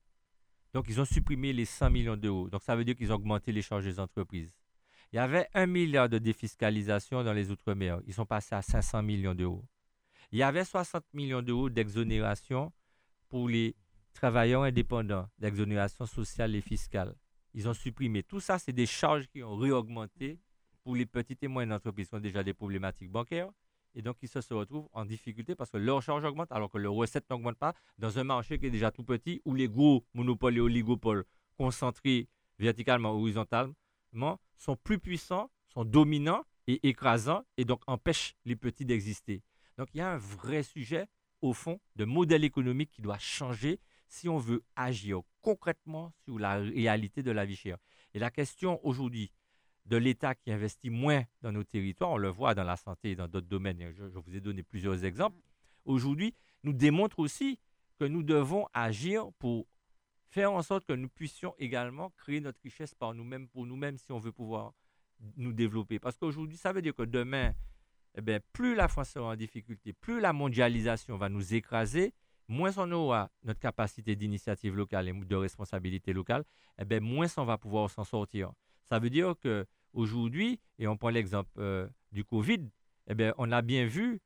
Donc, ils ont supprimé les 100 millions d'euros. Donc, ça veut dire qu'ils ont augmenté les charges des entreprises. Il y avait 1 milliard de défiscalisation dans les Outre-mer. Ils sont passés à 500 millions d'euros. Il y avait 60 millions d'euros d'exonération pour les travailleurs indépendants, d'exonération sociale et fiscale. Ils ont supprimé. Tout ça, c'est des charges qui ont réaugmenté pour les petites et moyennes entreprises qui ont déjà des problématiques bancaires. Et donc, ils se retrouvent en difficulté parce que leurs charges augmentent alors que leurs recettes n'augmentent pas dans un marché qui est déjà tout petit où les gros monopoles et oligopoles concentrés verticalement, horizontalement, sont plus puissants, sont dominants et écrasants et donc empêchent les petits d'exister. Donc, il y a un vrai sujet, au fond, de modèle économique qui doit changer si on veut agir concrètement sur la réalité de la vie chère. Et la question aujourd'hui, de l'État qui investit moins dans nos territoires, on le voit dans la santé et dans d'autres domaines, je vous ai donné plusieurs exemples, aujourd'hui nous démontre aussi que nous devons agir pour faire en sorte que nous puissions également créer notre richesse par nous-mêmes, pour nous-mêmes, si on veut pouvoir nous développer. Parce qu'aujourd'hui, ça veut dire que demain, eh bien, plus la France sera en difficulté, plus la mondialisation va nous écraser, moins on aura notre capacité d'initiative locale et de responsabilité locale, eh bien, moins on va pouvoir s'en sortir. Ça veut dire qu'aujourd'hui, et on prend l'exemple du Covid, eh bien, on a bien vu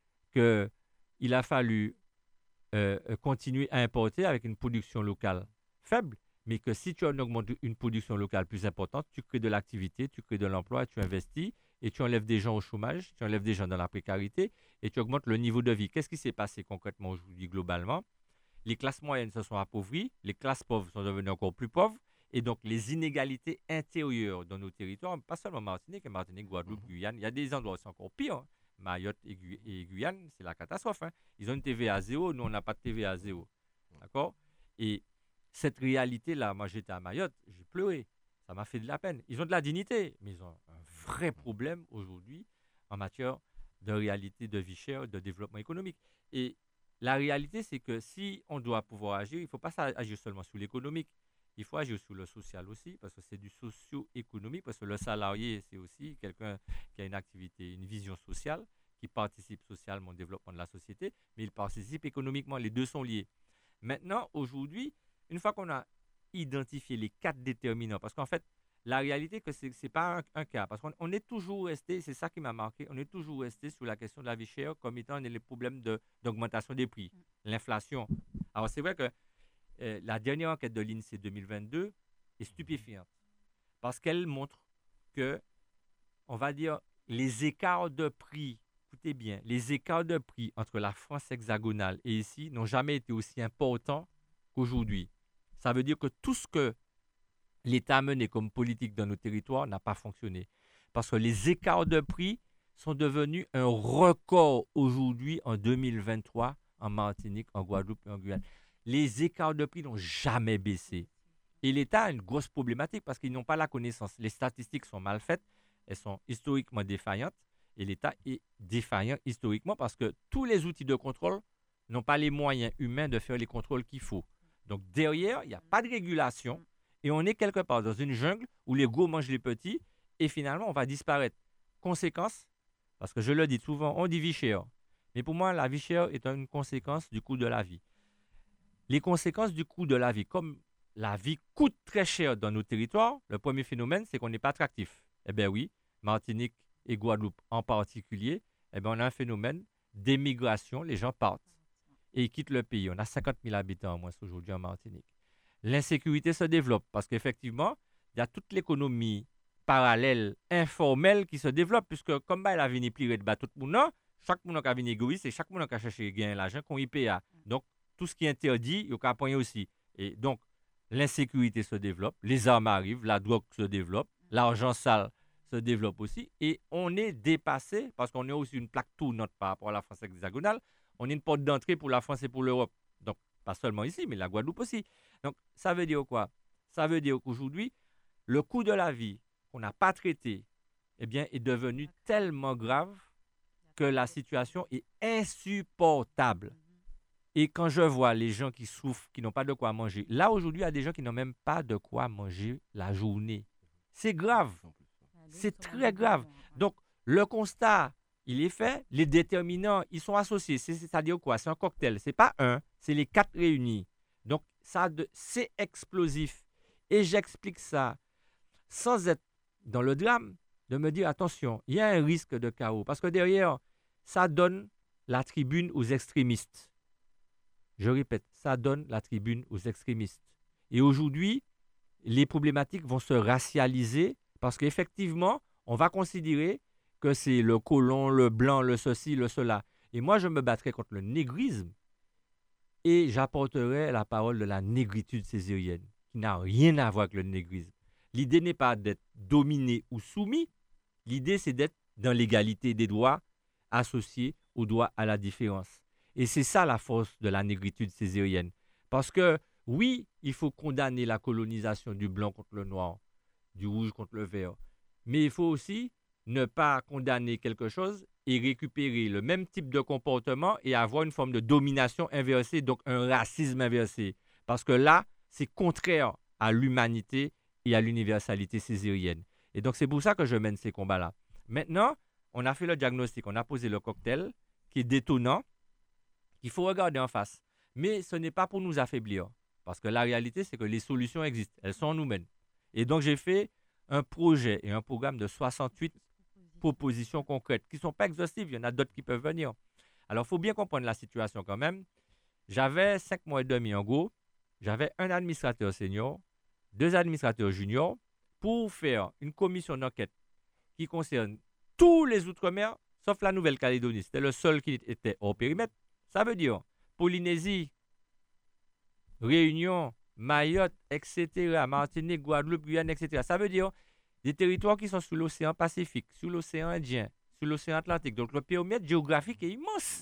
qu'il a fallu continuer à importer avec une production locale faible, mais que si tu augmentes une production locale plus importante, tu crées de l'activité, tu crées de l'emploi, tu investis et tu enlèves des gens au chômage, tu enlèves des gens dans la précarité et tu augmentes le niveau de vie. Qu'est-ce qui s'est passé concrètement aujourd'hui globalement? Les classes moyennes se sont appauvries, les classes pauvres sont devenues encore plus pauvres et donc les inégalités intérieures dans nos territoires, pas seulement Martinique, Guadeloupe, Guyane, il y a des endroits où c'est encore pire. Hein. Mayotte et Guyane, c'est la catastrophe. Hein. Ils ont une TVA à zéro, nous on n'a pas de TVA à zéro. D'accord? Et cette réalité-là, moi j'étais à Mayotte, j'ai pleuré. Ça m'a fait de la peine. Ils ont de la dignité, mais ils ont un vrai problème aujourd'hui en matière de réalité de vie chère, de développement économique. Et la réalité, c'est que si on doit pouvoir agir, il ne faut pas agir seulement sur l'économique. Il faut agir sur le social aussi, parce que c'est du socio-économique, parce que le salarié, c'est aussi quelqu'un qui a une activité, une vision sociale, qui participe socialement au développement de la société, mais il participe économiquement. Les deux sont liés. Maintenant, aujourd'hui, une fois qu'on a identifié les 4 déterminants, parce qu'en fait, la réalité, que ce n'est pas un cas, parce qu'on est toujours resté, c'est ça qui m'a marqué, on est toujours resté sur la question de la vie chère comme étant les problèmes d'augmentation des prix, l'inflation. Alors, c'est vrai que la dernière enquête de l'INSEE 2022 est stupéfiante, parce qu'elle montre que, on va dire, les écarts de prix, écoutez bien, les écarts de prix entre la France hexagonale et ici n'ont jamais été aussi importants qu'aujourd'hui. Ça veut dire que tout ce que l'État a mené comme politique dans nos territoires n'a pas fonctionné. Parce que les écarts de prix sont devenus un record aujourd'hui en 2023 en Martinique, en Guadeloupe et en Guyane. Les écarts de prix n'ont jamais baissé. Et l'État a une grosse problématique parce qu'ils n'ont pas la connaissance. Les statistiques sont mal faites, elles sont historiquement défaillantes et l'État est défaillant historiquement parce que tous les outils de contrôle n'ont pas les moyens humains de faire les contrôles qu'il faut. Donc derrière, il n'y a pas de régulation et on est quelque part dans une jungle où les gros mangent les petits et finalement on va disparaître. Conséquence, parce que je le dis souvent, on dit vie chère. Mais pour moi, la vie chère est une conséquence du coût de la vie. Les conséquences du coût de la vie, comme la vie coûte très cher dans nos territoires, le premier phénomène, c'est qu'on n'est pas attractif. Eh bien oui, Martinique et Guadeloupe en particulier, eh bien on a un phénomène d'émigration, les gens partent et ils quittent le pays. On a 50 000 habitants en moins aujourd'hui en Martinique. L'insécurité se développe parce qu'effectivement, il y a toute l'économie parallèle, informelle qui se développe, puisque comme elle a venu plier de tout le monde, chaque monde a venu égoïste et chaque monde a cherché gagner l'argent qu'on y paye. Donc, tout ce qui est interdit, il y a point aussi. Et donc, l'insécurité se développe, les armes arrivent, la drogue se développe, l'argent sale se développe aussi, et on est dépassé, parce qu'on est aussi une plaque tournante par rapport à la France hexagonale, on est une porte d'entrée pour la France et pour l'Europe. Donc, pas seulement ici, mais la Guadeloupe aussi. Donc, ça veut dire quoi? Ça veut dire qu'aujourd'hui, le coût de la vie qu'on n'a pas traité, eh bien, est devenu tellement grave que la situation est insupportable. Et quand je vois les gens qui souffrent, qui n'ont pas de quoi manger, là, aujourd'hui, il y a des gens qui n'ont même pas de quoi manger la journée. C'est grave. C'est très grave. Donc, le constat, il est fait. Les déterminants, ils sont associés. C'est-à-dire quoi? C'est un cocktail. Ce n'est pas un, c'est les 4 réunis. Donc, c'est explosif. Et j'explique ça sans être dans le drame, de me dire, attention, il y a un risque de chaos. Parce que derrière, ça donne la tribune aux extrémistes. Je répète, ça donne la tribune aux extrémistes. Et aujourd'hui, les problématiques vont se racialiser parce qu'effectivement, on va considérer que c'est le colon, le blanc, le ceci, le cela. Et moi, je me battrai contre le négrisme et j'apporterai la parole de la négritude césarienne, qui n'a rien à voir avec le négrisme. L'idée n'est pas d'être dominé ou soumis. L'idée, c'est d'être dans l'égalité des droits associés au droit à la différence. Et c'est ça la force de la négritude césarienne. Parce que, oui, il faut condamner la colonisation du blanc contre le noir, du rouge contre le vert. Mais il faut aussi ne pas condamner quelque chose et récupérer le même type de comportement et avoir une forme de domination inversée, donc un racisme inversé. Parce que là, c'est contraire à l'humanité et à l'universalité césarienne. Et donc, c'est pour ça que je mène ces combats-là. Maintenant, on a fait le diagnostic, on a posé le cocktail qui est détonnant, qu'il faut regarder en face. Mais ce n'est pas pour nous affaiblir. Parce que la réalité, c'est que les solutions existent. Elles sont en nous-mêmes. Et donc, j'ai fait un projet et un programme de 68 propositions concrètes qui ne sont pas exhaustives. Il y en a d'autres qui peuvent venir. Alors, il faut bien comprendre la situation quand même. J'avais 5 mois et demi en gros. J'avais un administrateur senior 2 administrateurs juniors pour faire une commission d'enquête qui concerne tous les Outre-mer, sauf la Nouvelle-Calédonie. C'était le seul qui était hors périmètre. Ça veut dire Polynésie, Réunion, Mayotte, etc., Martinique, Guadeloupe, Guyane, etc. Ça veut dire des territoires qui sont sous l'océan Pacifique, sous l'océan Indien, sous l'océan Atlantique. Donc le périmètre géographique est immense.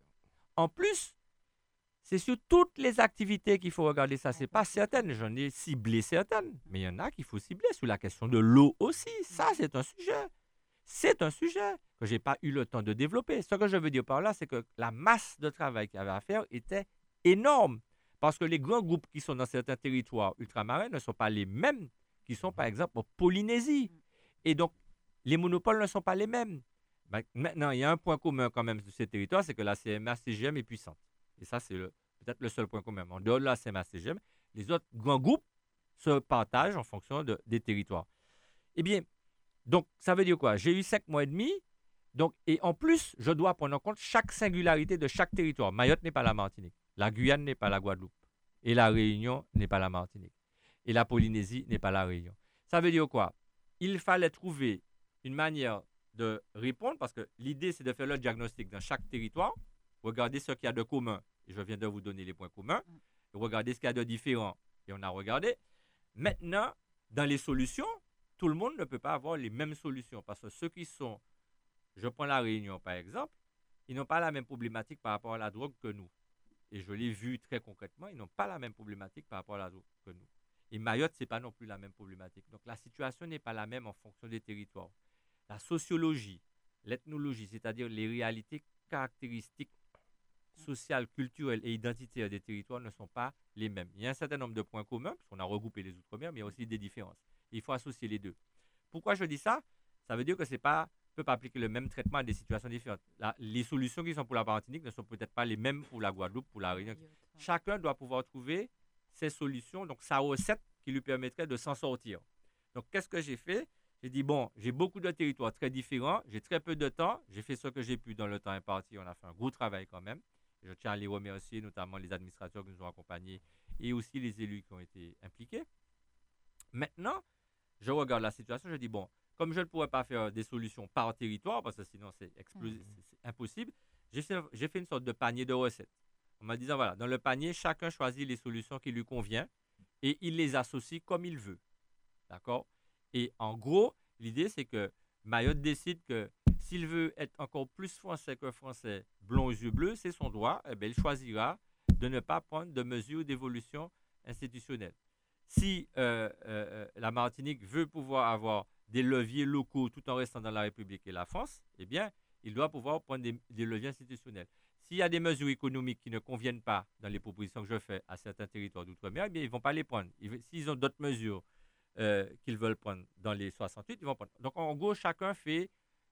En plus, c'est sur toutes les activités qu'il faut regarder ça. Ce n'est pas certaines, j'en ai ciblé certaines, mais il y en a qu'il faut cibler sur la question de l'eau aussi. Ça, c'est un sujet. C'est un sujet que je n'ai pas eu le temps de développer. Ce que je veux dire par là, c'est que la masse de travail qu'il y avait à faire était énorme. Parce que les grands groupes qui sont dans certains territoires ultramarins ne sont pas les mêmes qui sont, par exemple, en Polynésie. Et donc, les monopoles ne sont pas les mêmes. Maintenant, il y a un point commun quand même sur ces territoires, c'est que la CMA-CGM est puissante. Et ça, c'est peut-être le seul point commun. En dehors de la CMA-CGM, les autres grands groupes se partagent en fonction des territoires. Eh bien, donc, ça veut dire quoi? J'ai eu 5 mois et demi. Donc, et en plus, je dois prendre en compte chaque singularité de chaque territoire. Mayotte n'est pas la Martinique. La Guyane n'est pas la Guadeloupe. Et la Réunion n'est pas la Martinique. Et la Polynésie n'est pas la Réunion. Ça veut dire quoi? Il fallait trouver une manière de répondre, parce que l'idée, c'est de faire le diagnostic dans chaque territoire, regarder ce qu'il y a de commun, et je viens de vous donner les points communs, et regarder ce qu'il y a de différent, et on a regardé. Maintenant, dans les solutions, tout le monde ne peut pas avoir les mêmes solutions, parce que ceux qui sont, je prends la Réunion par exemple, ils n'ont pas la même problématique par rapport à la drogue que nous. Et je l'ai vu très concrètement, ils n'ont pas la même problématique par rapport à la drogue que nous. Et Mayotte, ce n'est pas non plus la même problématique. Donc la situation n'est pas la même en fonction des territoires. La sociologie, l'ethnologie, c'est-à-dire les réalités caractéristiques sociales, culturelles et identitaires des territoires ne sont pas les mêmes. Il y a un certain nombre de points communs, parce qu'on a regroupé les Outre-mer, mais il y a aussi des différences. Et il faut associer les deux. Pourquoi je dis ça? Ça veut dire que c'est pas ne peut pas appliquer le même traitement à des situations différentes. Les solutions qui sont pour la Martinique ne sont peut-être pas les mêmes pour la Guadeloupe, pour la Réunion. Chacun doit pouvoir trouver ses solutions, donc sa recette qui lui permettrait de s'en sortir. Donc, qu'est-ce que j'ai fait? J'ai dit, bon, j'ai beaucoup de territoires très différents, j'ai très peu de temps, j'ai fait ce que j'ai pu dans le temps imparti, on a fait un gros travail quand même. Je tiens à les remercier, notamment les administrateurs qui nous ont accompagnés et aussi les élus qui ont été impliqués. Maintenant, je regarde la situation, je dis, bon, comme je ne pourrais pas faire des solutions par territoire, parce que sinon c'est impossible, j'ai fait une sorte de panier de recettes. En me disant, voilà, dans le panier, chacun choisit les solutions qui lui conviennent et il les associe comme il veut. D'accord? Et en gros, l'idée, c'est que Mayotte décide que s'il veut être encore plus français que français, blond aux yeux bleus, c'est son droit, eh bien, il choisira de ne pas prendre de mesures d'évolution institutionnelle. Si la Martinique veut pouvoir avoir des leviers locaux tout en restant dans la République et la France, eh bien, il doit pouvoir prendre des leviers institutionnels. S'il y a des mesures économiques qui ne conviennent pas dans les propositions que je fais à certains territoires d'outre-mer, eh bien, ils ne vont pas les prendre. S'ils ont d'autres mesures qu'ils veulent prendre dans les 68, ils vont prendre. Donc, en gros, chacun fait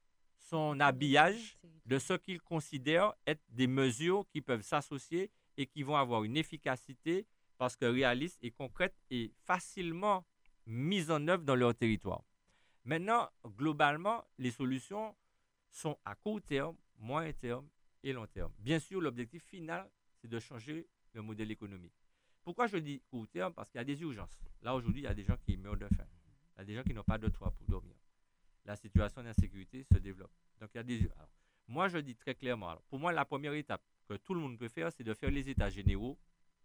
son habillage de ce qu'il considère être des mesures qui peuvent s'associer et qui vont avoir une efficacité parce que réaliste et concrète et facilement mise en œuvre dans leur territoire. Maintenant, globalement, les solutions sont à court terme, moyen terme et long terme. Bien sûr, l'objectif final, c'est de changer le modèle économique. Pourquoi je dis court terme? Parce qu'il y a des urgences. Là, aujourd'hui, il y a des gens qui meurent de faim. Il y a des gens qui n'ont pas de toit pour dormir. La situation d'insécurité se développe. Donc, il y a des... Alors, moi, je dis très clairement, pour moi, la première étape que tout le monde peut faire, c'est de faire les états généraux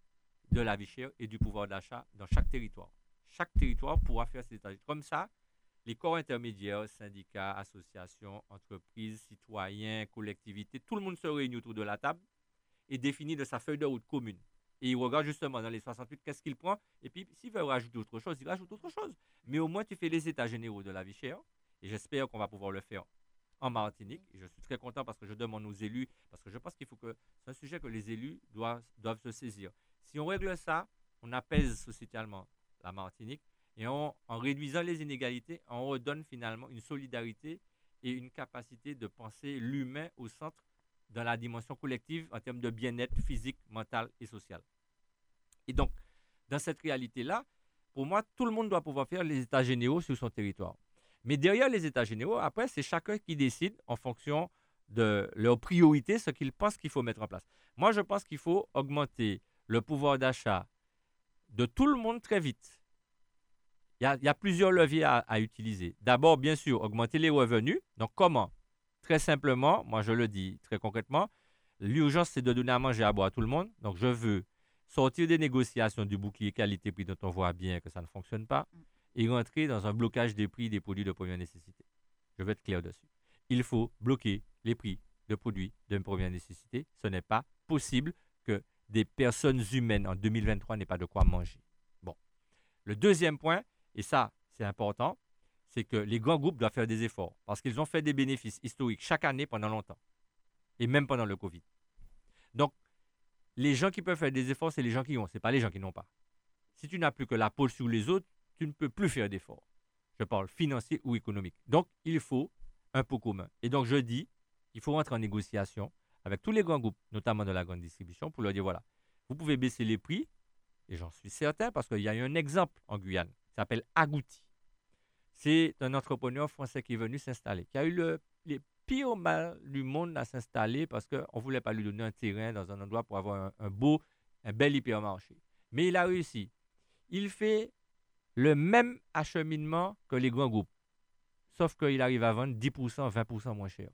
de la vie chère et du pouvoir d'achat dans chaque territoire. Chaque territoire pourra faire ces états. Comme ça, les corps intermédiaires, syndicats, associations, entreprises, citoyens, collectivités, tout le monde se réunit autour de la table et définit de sa feuille de route commune. Et il regarde justement dans les 68 qu'est-ce qu'il prend. Et puis, s'il veut rajouter autre chose, il rajoute autre chose. Mais au moins, tu fais les états généraux de la vie chère. Et j'espère qu'on va pouvoir le faire en Martinique. Et je suis très content parce que je demande aux élus, parce que je pense qu'il faut que c'est un sujet que les élus doivent se saisir. Si on règle ça, on apaise sociétalement la Martinique. Et en réduisant les inégalités, on redonne finalement une solidarité et une capacité de penser l'humain au centre dans la dimension collective en termes de bien-être physique, mental et social. Et donc, dans cette réalité-là, pour moi, tout le monde doit pouvoir faire les états généraux sur son territoire. Mais derrière les états généraux, après, c'est chacun qui décide en fonction de leurs priorités ce qu'il pense qu'il faut mettre en place. Moi, je pense qu'il faut augmenter le pouvoir d'achat de tout le monde très vite. il y a plusieurs leviers à utiliser. D'abord, bien sûr, augmenter les revenus. Donc, comment? Très simplement, moi je le dis très concrètement, l'urgence, c'est de donner à manger à boire à tout le monde. Donc, je veux sortir des négociations du bouclier qualité-prix dont on voit bien que ça ne fonctionne pas et rentrer dans un blocage des prix des produits de première nécessité. Je vais être clair dessus. Il faut bloquer les prix de produits de première nécessité. Ce n'est pas possible que des personnes humaines en 2023 n'aient pas de quoi manger. Bon. Le deuxième point, et ça, c'est important, c'est que les grands groupes doivent faire des efforts parce qu'ils ont fait des bénéfices historiques chaque année pendant longtemps et même pendant le Covid. Donc, les gens qui peuvent faire des efforts, c'est les gens qui ont, ce n'est pas les gens qui n'ont pas. Si tu n'as plus que la pôle sur les autres, tu ne peux plus faire d'efforts. Je parle financier ou économique. Donc, il faut un pot commun. Et donc, je dis, il faut rentrer en négociation avec tous les grands groupes, notamment de la grande distribution, pour leur dire, voilà, vous pouvez baisser les prix, et j'en suis certain parce qu'il y a eu un exemple en Guyane qui s'appelle Agouti. C'est un entrepreneur français qui est venu s'installer, qui a eu les pires mal du monde à s'installer parce qu'on ne voulait pas lui donner un terrain dans un endroit pour avoir un bel hypermarché. Mais il a réussi. Il fait le même acheminement que les grands groupes, sauf qu'il arrive à vendre 10%, 20% moins cher.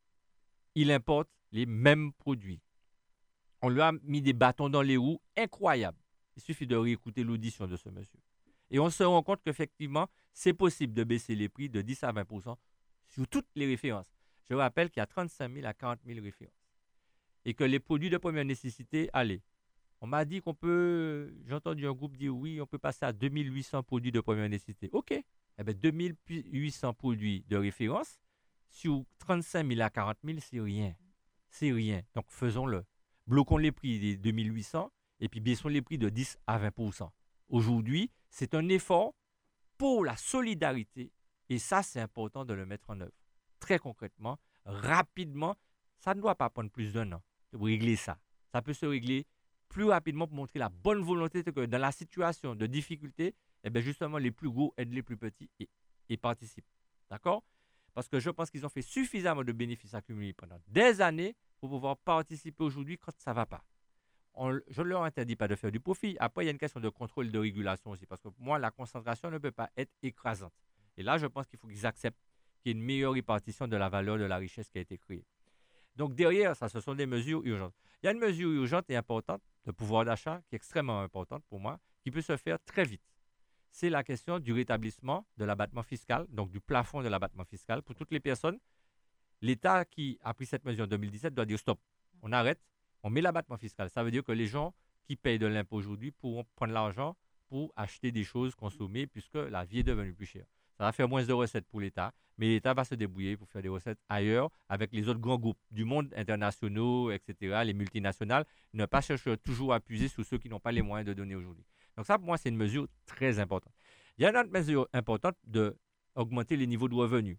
Il importe les mêmes produits. On lui a mis des bâtons dans les roues incroyables. Il suffit de réécouter l'audition de ce monsieur. Et on se rend compte qu'effectivement, c'est possible de baisser les prix de 10 à 20% sur toutes les références. Je rappelle qu'il y a 35 000 à 40 000 références. Et que les produits de première nécessité, allez, on m'a dit qu'on peut, j'ai entendu un groupe dire oui, on peut passer à 2800 produits de première nécessité. OK. Eh bien, 2800 produits de référence sur 35 000 à 40 000, c'est rien. C'est rien. Donc, faisons-le. Bloquons les prix des 2800 et puis baissons les prix de 10 à 20%. Aujourd'hui, c'est un effort pour la solidarité et ça, c'est important de le mettre en œuvre. Très concrètement, rapidement, ça ne doit pas prendre plus d'1 an pour régler ça. Ça peut se régler plus rapidement pour montrer la bonne volonté que dans la situation de difficulté, eh bien justement, les plus gros aident les plus petits et participent. D'accord? Parce que je pense qu'ils ont fait suffisamment de bénéfices accumulés pendant des années pour pouvoir participer aujourd'hui quand ça ne va pas. Je ne leur interdis pas de faire du profit. Après, il y a une question de contrôle et de régulation aussi, parce que pour moi, la concentration ne peut pas être écrasante. Et là, je pense qu'il faut qu'ils acceptent qu'il y ait une meilleure répartition de la valeur de la richesse qui a été créée. Donc derrière ça, ce sont des mesures urgentes. Il y a une mesure urgente et importante de pouvoir d'achat qui est extrêmement importante pour moi, qui peut se faire très vite. C'est la question du rétablissement de l'abattement fiscal, donc du plafond de l'abattement fiscal pour toutes les personnes. L'État qui a pris cette mesure en 2017 doit dire stop, on arrête, on met l'abattement fiscal. Ça veut dire que les gens qui payent de l'impôt aujourd'hui pourront prendre l'argent pour acheter des choses consommées puisque la vie est devenue plus chère. Ça va faire moins de recettes pour l'État, mais l'État va se débrouiller pour faire des recettes ailleurs avec les autres grands groupes du monde internationaux, etc., les multinationales, ne pas chercher toujours à puiser sur ceux qui n'ont pas les moyens de donner aujourd'hui. Donc ça, pour moi, c'est une mesure très importante. Il y a une autre mesure importante d'augmenter les niveaux de revenus,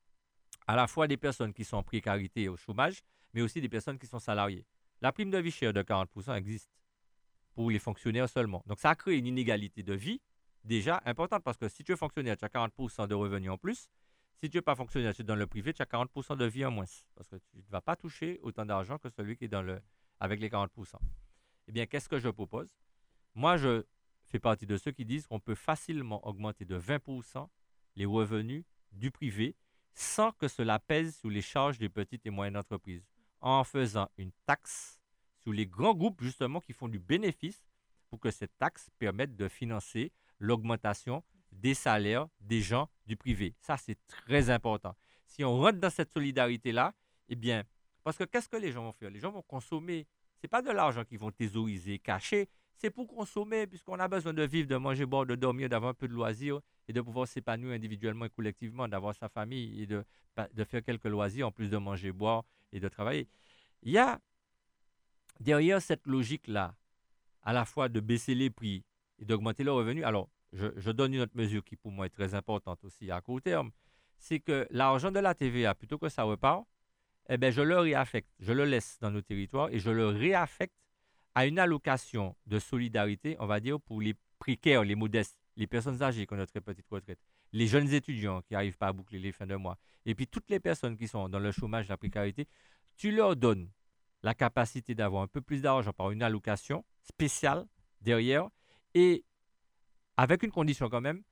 à la fois des personnes qui sont en précarité et au chômage, mais aussi des personnes qui sont salariées. La prime de vie chère de 40% existe pour les fonctionnaires seulement. Donc ça a créé une inégalité de vie déjà importante parce que si tu es fonctionnaire, tu as 40% de revenus en plus. Si tu n'es pas fonctionnaire, tu es dans le privé, tu as 40% de vie en moins parce que tu ne vas pas toucher autant d'argent que celui qui est avec les 40%. Eh bien, qu'est-ce que je propose? Moi, je fais partie de ceux qui disent qu'on peut facilement augmenter de 20% les revenus du privé sans que cela pèse sur les charges des petites et moyennes entreprises, en faisant une taxe sur les grands groupes justement qui font du bénéfice pour que cette taxe permette de financer l'augmentation des salaires des gens du privé. Ça, c'est très important. Si on rentre dans cette solidarité-là, eh bien, parce que qu'est-ce que les gens vont faire? Les gens vont consommer. Ce n'est pas de l'argent qu'ils vont thésauriser, cacher. C'est pour consommer, puisqu'on a besoin de vivre, de manger, boire, de dormir, d'avoir un peu de loisirs et de pouvoir s'épanouir individuellement et collectivement, d'avoir sa famille et de faire quelques loisirs en plus de manger, boire et de travailler. Il y a derrière cette logique-là, à la fois de baisser les prix et d'augmenter le revenu. Alors, je donne une autre mesure qui pour moi est très importante aussi à court terme, c'est que l'argent de la TVA, plutôt que ça repart, eh bien, je le réaffecte, je le laisse dans nos territoires et je le réaffecte à une allocation de solidarité, on va dire, pour les précaires, les modestes, les personnes âgées qui ont une très petite retraite, les jeunes étudiants qui n'arrivent pas à boucler les fins de mois, et puis toutes les personnes qui sont dans le chômage, la précarité, tu leur donnes la capacité d'avoir un peu plus d'argent par une allocation spéciale derrière et avec une condition quand même,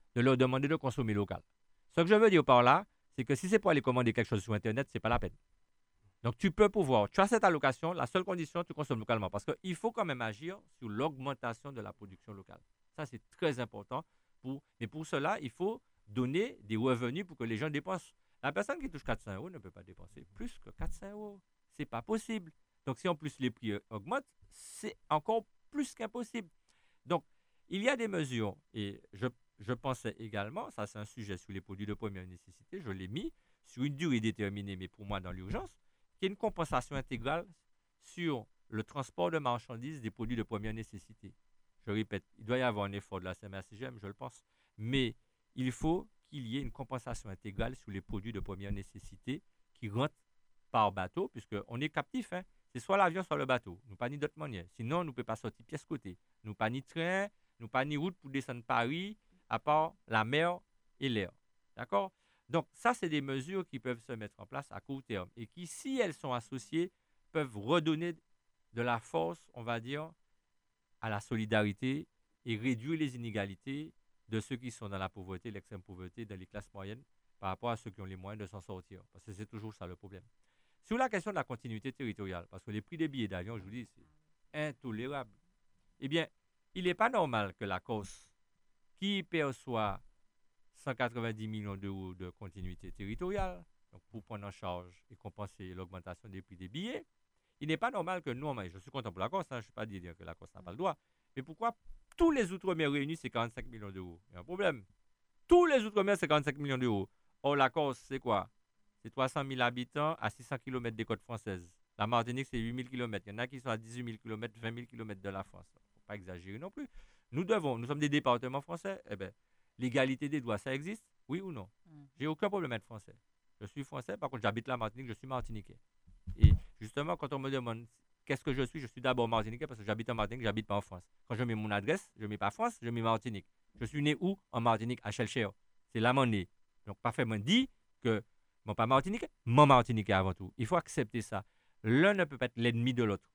de leur demander de consommer local. Ce que je veux dire par là, c'est que si c'est pour aller commander quelque chose sur Internet, ce n'est pas la peine. Donc, tu as cette allocation, la seule condition, tu consommes localement. Parce qu'il faut quand même agir sur l'augmentation de la production locale. Ça, c'est très important. Mais pour cela, il faut donner des revenus pour que les gens dépensent. La personne qui touche 400 € ne peut pas dépenser plus que 400 €. Ce n'est pas possible. Donc, si en plus les prix augmentent, c'est encore plus qu'impossible. Donc, il y a des mesures, et je pensais également, ça c'est un sujet sur les produits de première nécessité, je l'ai mis sur une durée déterminée, mais pour moi dans l'urgence, qui est une compensation intégrale sur le transport de marchandises des produits de première nécessité. Je répète, il doit y avoir un effort de la CMA-CGM, je le pense, mais il faut qu'il y ait une compensation intégrale sur les produits de première nécessité qui rentrent par bateau, puisqu'on est captif, hein. C'est soit l'avion, soit le bateau. Nous pas ni d'autres manières. Sinon, nous ne pouvons pas sortir pièce côté. Nous pas ni train, nous pas ni route pour descendre Paris, à part la mer et l'air. D'accord? Donc, ça, c'est des mesures qui peuvent se mettre en place à court terme et qui, si elles sont associées, peuvent redonner de la force, on va dire, à la solidarité et réduire les inégalités de ceux qui sont dans la pauvreté, l'extrême pauvreté, dans les classes moyennes, par rapport à ceux qui ont les moyens de s'en sortir. Parce que c'est toujours ça le problème. Sur la question de la continuité territoriale, parce que les prix des billets d'avion, je vous dis, c'est intolérable. Eh bien, il n'est pas normal que la Corse, qui perçoit 190 millions d'euros de continuité territoriale, donc pour prendre en charge et compenser l'augmentation des prix des billets, il n'est pas normal que nous, je suis content pour la Corse, hein, je ne suis pas dire que la Corse n'a pas le droit, mais pourquoi tous les Outre-mer réunis, c'est 45 millions d'euros? Il y a un problème. Tous les Outre-mer, c'est 45 millions d'euros. Or, la Corse, c'est quoi? C'est 300 000 habitants à 600 km des côtes françaises. La Martinique, c'est 8 000 km. Il y en a qui sont à 18 000 km, 20 000 km de la France. Il ne faut pas exagérer non plus. Nous sommes des départements français. Eh bien, l'égalité des droits, ça existe? Oui ou non? J'ai aucun problème à être français. Je suis français, par contre, j'habite la Martinique, je suis martiniquais. Et justement, quand on me demande qu'est-ce que je suis d'abord martiniquais parce que j'habite en Martinique, j'habite pas en France. Quand je mets mon adresse, je ne mets pas France, je mets Martinique. Je suis né où? En Martinique, à Chelcher. C'est là mon né. Donc, parfaitement dit que mon pas martiniquais, mon martiniquais avant tout. Il faut accepter ça. L'un ne peut pas être l'ennemi de l'autre.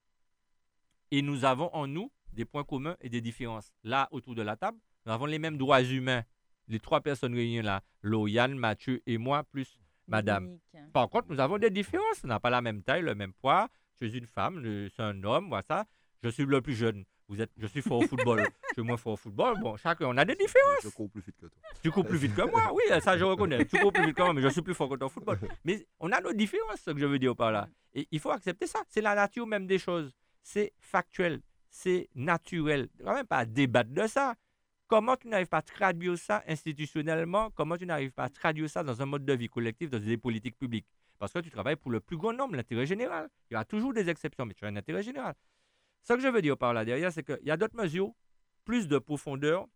Et nous avons en nous des points communs et des différences. Là, autour de la table, nous avons les mêmes droits humains. Les trois personnes réunies là, Lauriane, Mathieu et moi, plus Madame. Par contre, nous avons des différences. On n'a pas la même taille, le même poids. Je suis une femme, je suis un homme, voilà ça. Je suis le plus jeune. Je suis fort au football. Je suis moins fort au football. Bon, chacun, on a des différences. Je cours plus vite que toi. Tu cours plus vite que moi, oui, ça je reconnais. Tu cours plus vite que moi, mais je suis plus fort que toi au football. Mais on a nos différences, ce que je veux dire par là. Et il faut accepter ça. C'est la nature même des choses. C'est factuel. C'est naturel. Il ne faut même pas débattre de ça. Comment tu n'arrives pas à traduire ça institutionnellement? Comment tu n'arrives pas à traduire ça dans un mode de vie collectif, dans des politiques publiques? Parce que tu travailles pour le plus grand nombre, l'intérêt général. Il y aura toujours des exceptions, mais tu as un intérêt général. Ce que je veux dire par là derrière, c'est qu'il y a d'autres mesures, plus de profondeur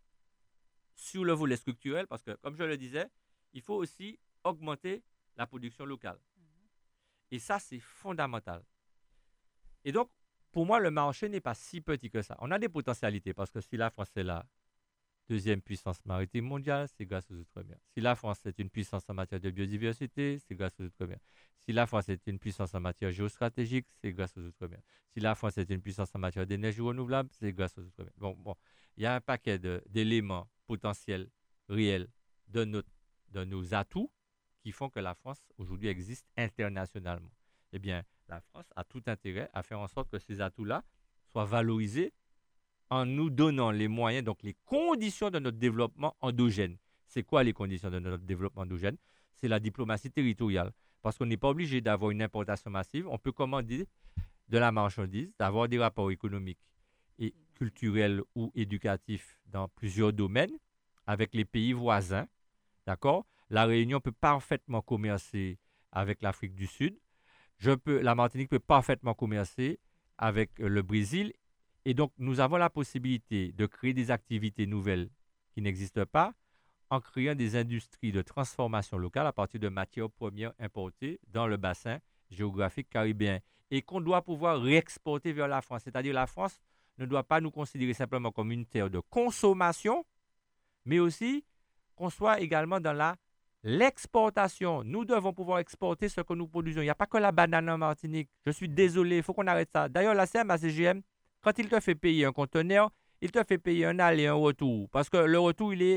sur le volet structurel, parce que, comme je le disais, il faut aussi augmenter la production locale. Et ça, c'est fondamental. Et donc, pour moi, le marché n'est pas si petit que ça. On a des potentialités, parce que si la France est la deuxième puissance maritime mondiale, c'est grâce aux Outre-mer. Si la France est une puissance en matière de biodiversité, c'est grâce aux Outre-mer. Si la France est une puissance en matière géostratégique, c'est grâce aux Outre-mer. Si la France est une puissance en matière d'énergie renouvelable, c'est grâce aux Outre-mer. Bon, il y a un paquet d'éléments potentiels, réels, de nos atouts qui font que la France, aujourd'hui, existe internationalement. Eh bien, la France a tout intérêt à faire en sorte que ces atouts-là soient valorisés en nous donnant les moyens, donc les conditions de notre développement endogène. C'est quoi les conditions de notre développement endogène? C'est la diplomatie territoriale. Parce qu'on n'est pas obligé d'avoir une importation massive. On peut commander de la marchandise, d'avoir des rapports économiques et culturels ou éducatifs dans plusieurs domaines avec les pays voisins. D'accord? La Réunion peut parfaitement commercer avec l'Afrique du Sud. La Martinique peut parfaitement commercer avec le Brésil. Et donc, nous avons la possibilité de créer des activités nouvelles qui n'existent pas en créant des industries de transformation locale à partir de matières premières importées dans le bassin géographique caribéen et qu'on doit pouvoir réexporter vers la France. C'est-à-dire la France ne doit pas nous considérer simplement comme une terre de consommation, mais aussi qu'on soit également dans l'exportation. Nous devons pouvoir exporter ce que nous produisons. Il n'y a pas que la banane en Martinique. Je suis désolé, il faut qu'on arrête ça. D'ailleurs, la CMA-CGM, quand il te fait payer un conteneur, il te fait payer un aller et un retour. Parce que le retour, il est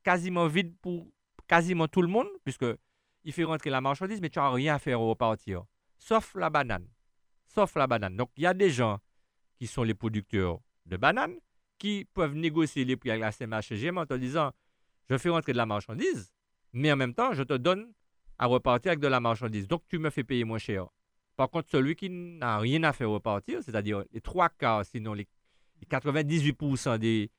quasiment vide pour quasiment tout le monde, puisque il fait rentrer la marchandise, mais tu n'as rien à faire au repartir, sauf la banane. Sauf la banane. Donc, il y a des gens qui sont les producteurs de bananes qui peuvent négocier les prix avec la CMA-CGM en te disant, je fais rentrer de la marchandise, mais en même temps, je te donne à repartir avec de la marchandise. Donc, tu me fais payer moins cher. Par contre, celui qui n'a rien à faire repartir, c'est-à-dire les 3/4, sinon les 98%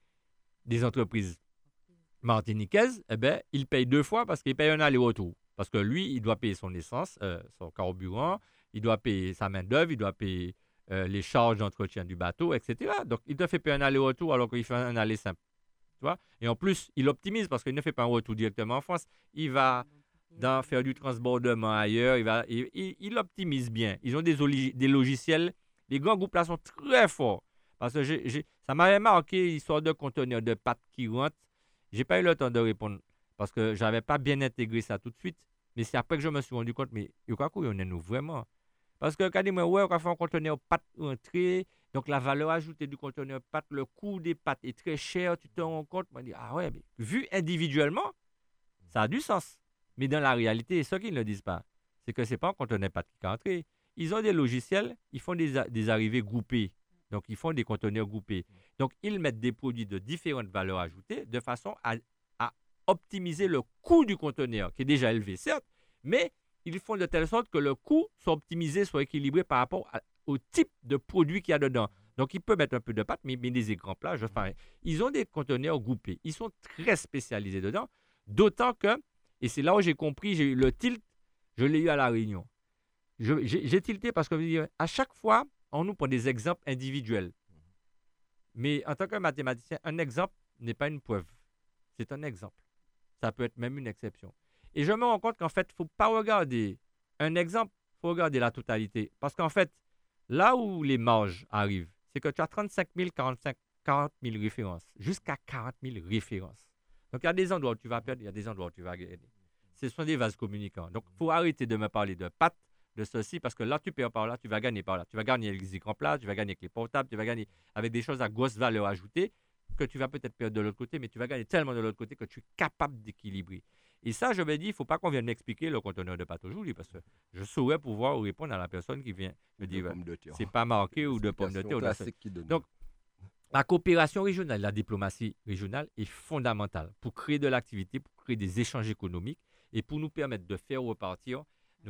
des entreprises martiniquaises, eh bien, il paye 2 fois parce qu'il paye un aller-retour. Parce que lui, il doit payer son essence, son carburant, il doit payer sa main-d'œuvre, il doit payer les charges d'entretien du bateau, etc. Donc, il te fait payer un aller-retour alors qu'il fait un aller simple. Tu vois? Et en plus, il optimise parce qu'il ne fait pas un retour directement en France. Il va faire du transbordement ailleurs. Il optimise bien. Ils ont des logiciels. Les grands groupes là sont très forts. Parce que ça m'avait marqué l'histoire de conteneurs de pâtes qui rentrent. Je n'ai pas eu le temps de répondre parce que je n'avais pas bien intégré ça tout de suite. Mais c'est après que je me suis rendu compte, mais il y a quoi, nous vraiment? Parce que quand on a fait un conteneur pâte rentré, donc la valeur ajoutée du conteneur pâte, le coût des pâtes est très cher, tu te rends compte? On dit, ah ouais, mais vu individuellement, ça a du sens. Mais dans la réalité, ce qu'ils ne disent pas, c'est que ce n'est pas un conteneur pâte qui est rentré. Ils ont des logiciels, ils font des arrivées groupées. Donc, ils font des conteneurs groupés. Donc, ils mettent des produits de différentes valeurs ajoutées de façon à optimiser le coût du conteneur, qui est déjà élevé, certes, mais ils font de telle sorte que le coût soit optimisé, soit équilibré par rapport au type de produit qu'il y a dedans. Donc, ils peuvent mettre un peu de pâte, mais des écramplages. Enfin, ils ont des conteneurs groupés. Ils sont très spécialisés dedans, d'autant que, et c'est là où j'ai compris, j'ai eu le tilt, je l'ai eu à La Réunion. J'ai tilté parce que à chaque fois, on nous prend des exemples individuels. Mais en tant que mathématicien, un exemple n'est pas une preuve. C'est un exemple. Ça peut être même une exception. Et je me rends compte qu'en fait, il ne faut pas regarder un exemple, il faut regarder la totalité. Parce qu'en fait, là où les marges arrivent, c'est que tu as 35 000, 40 000 références, jusqu'à 40 000 références. Donc, il y a des endroits où tu vas perdre, il y a des endroits où tu vas gagner. Ce sont des vases communicants. Donc, il faut arrêter de me parler de pâtes, de ceci, parce que là, tu perds par là, tu vas gagner par là. Tu vas gagner avec les écrans plats, tu vas gagner avec les portables, tu vas gagner avec des choses à grosse valeur ajoutée que tu vas peut-être perdre de l'autre côté, mais tu vas gagner tellement de l'autre côté que tu es capable d'équilibrer. Et ça, je me dis, il ne faut pas qu'on vienne m'expliquer le conteneur de pâte aujourd'hui, parce que je saurais pouvoir répondre à la personne qui vient me dire, c'est pas marqué ou de pommes de terre. Donc, la coopération régionale, la diplomatie régionale est fondamentale pour créer de l'activité, pour créer des échanges économiques et pour nous permettre de faire repartir,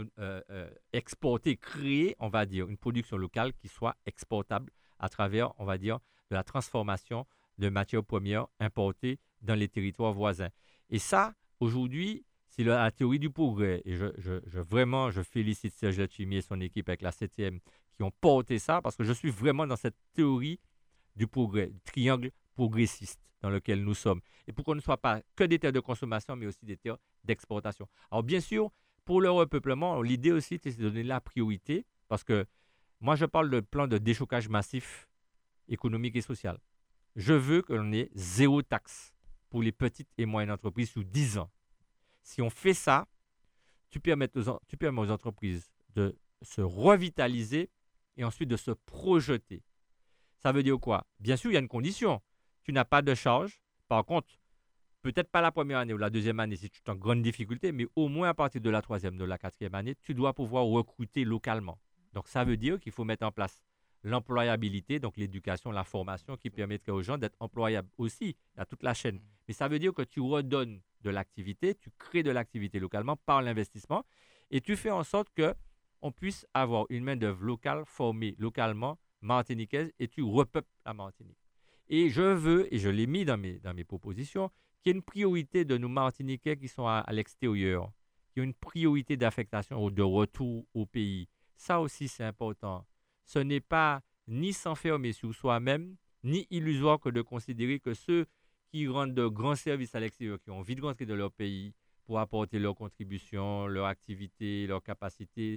exporter, créer, on va dire, une production locale qui soit exportable à travers, on va dire, de la transformation de matières premières importées dans les territoires voisins. Et ça, aujourd'hui, c'est la théorie du progrès. Et vraiment, je félicite Serge Letchimy et son équipe avec la 7e qui ont porté ça parce que je suis vraiment dans cette théorie du progrès, du triangle progressiste dans lequel nous sommes. Et pour qu'on ne soit pas que des terres de consommation, mais aussi des terres d'exportation. Alors, bien sûr, pour le repeuplement, l'idée aussi, c'est de donner la priorité parce que moi, je parle de plan de déchocage massif économique et social. Je veux que l'on ait 0 taxe pour les petites et moyennes entreprises sous 10 ans. Si on fait ça, tu permets aux entreprises de se revitaliser et ensuite de se projeter. Ça veut dire quoi? Bien sûr, il y a une condition. Tu n'as pas de charge. Par contre, peut-être pas la première année ou la deuxième année si tu es en grande difficulté, mais au moins à partir de la 3e, de la 4e année, tu dois pouvoir recruter localement. Donc, ça veut dire qu'il faut mettre en place l'employabilité, donc l'éducation, la formation qui permettrait aux gens d'être employables aussi à toute la chaîne. Mais ça veut dire que tu redonnes de l'activité, tu crées de l'activité localement par l'investissement et tu fais en sorte qu'on puisse avoir une main-d'œuvre locale formée localement, martiniquaise, et tu repeuples la Martinique. Et je veux, et je l'ai mis dans mes propositions, qu'il y ait une priorité de nos Martiniquais qui sont à l'extérieur, qu'il y ait une priorité d'affectation ou de retour au pays. Ça aussi, c'est important. Ce n'est pas ni s'enfermer sur soi-même, ni illusoire que de considérer que ceux qui rendent de grands services à l'extérieur, qui ont envie de rentrer dans leur pays pour apporter leur contribution, leur activité, leur capacité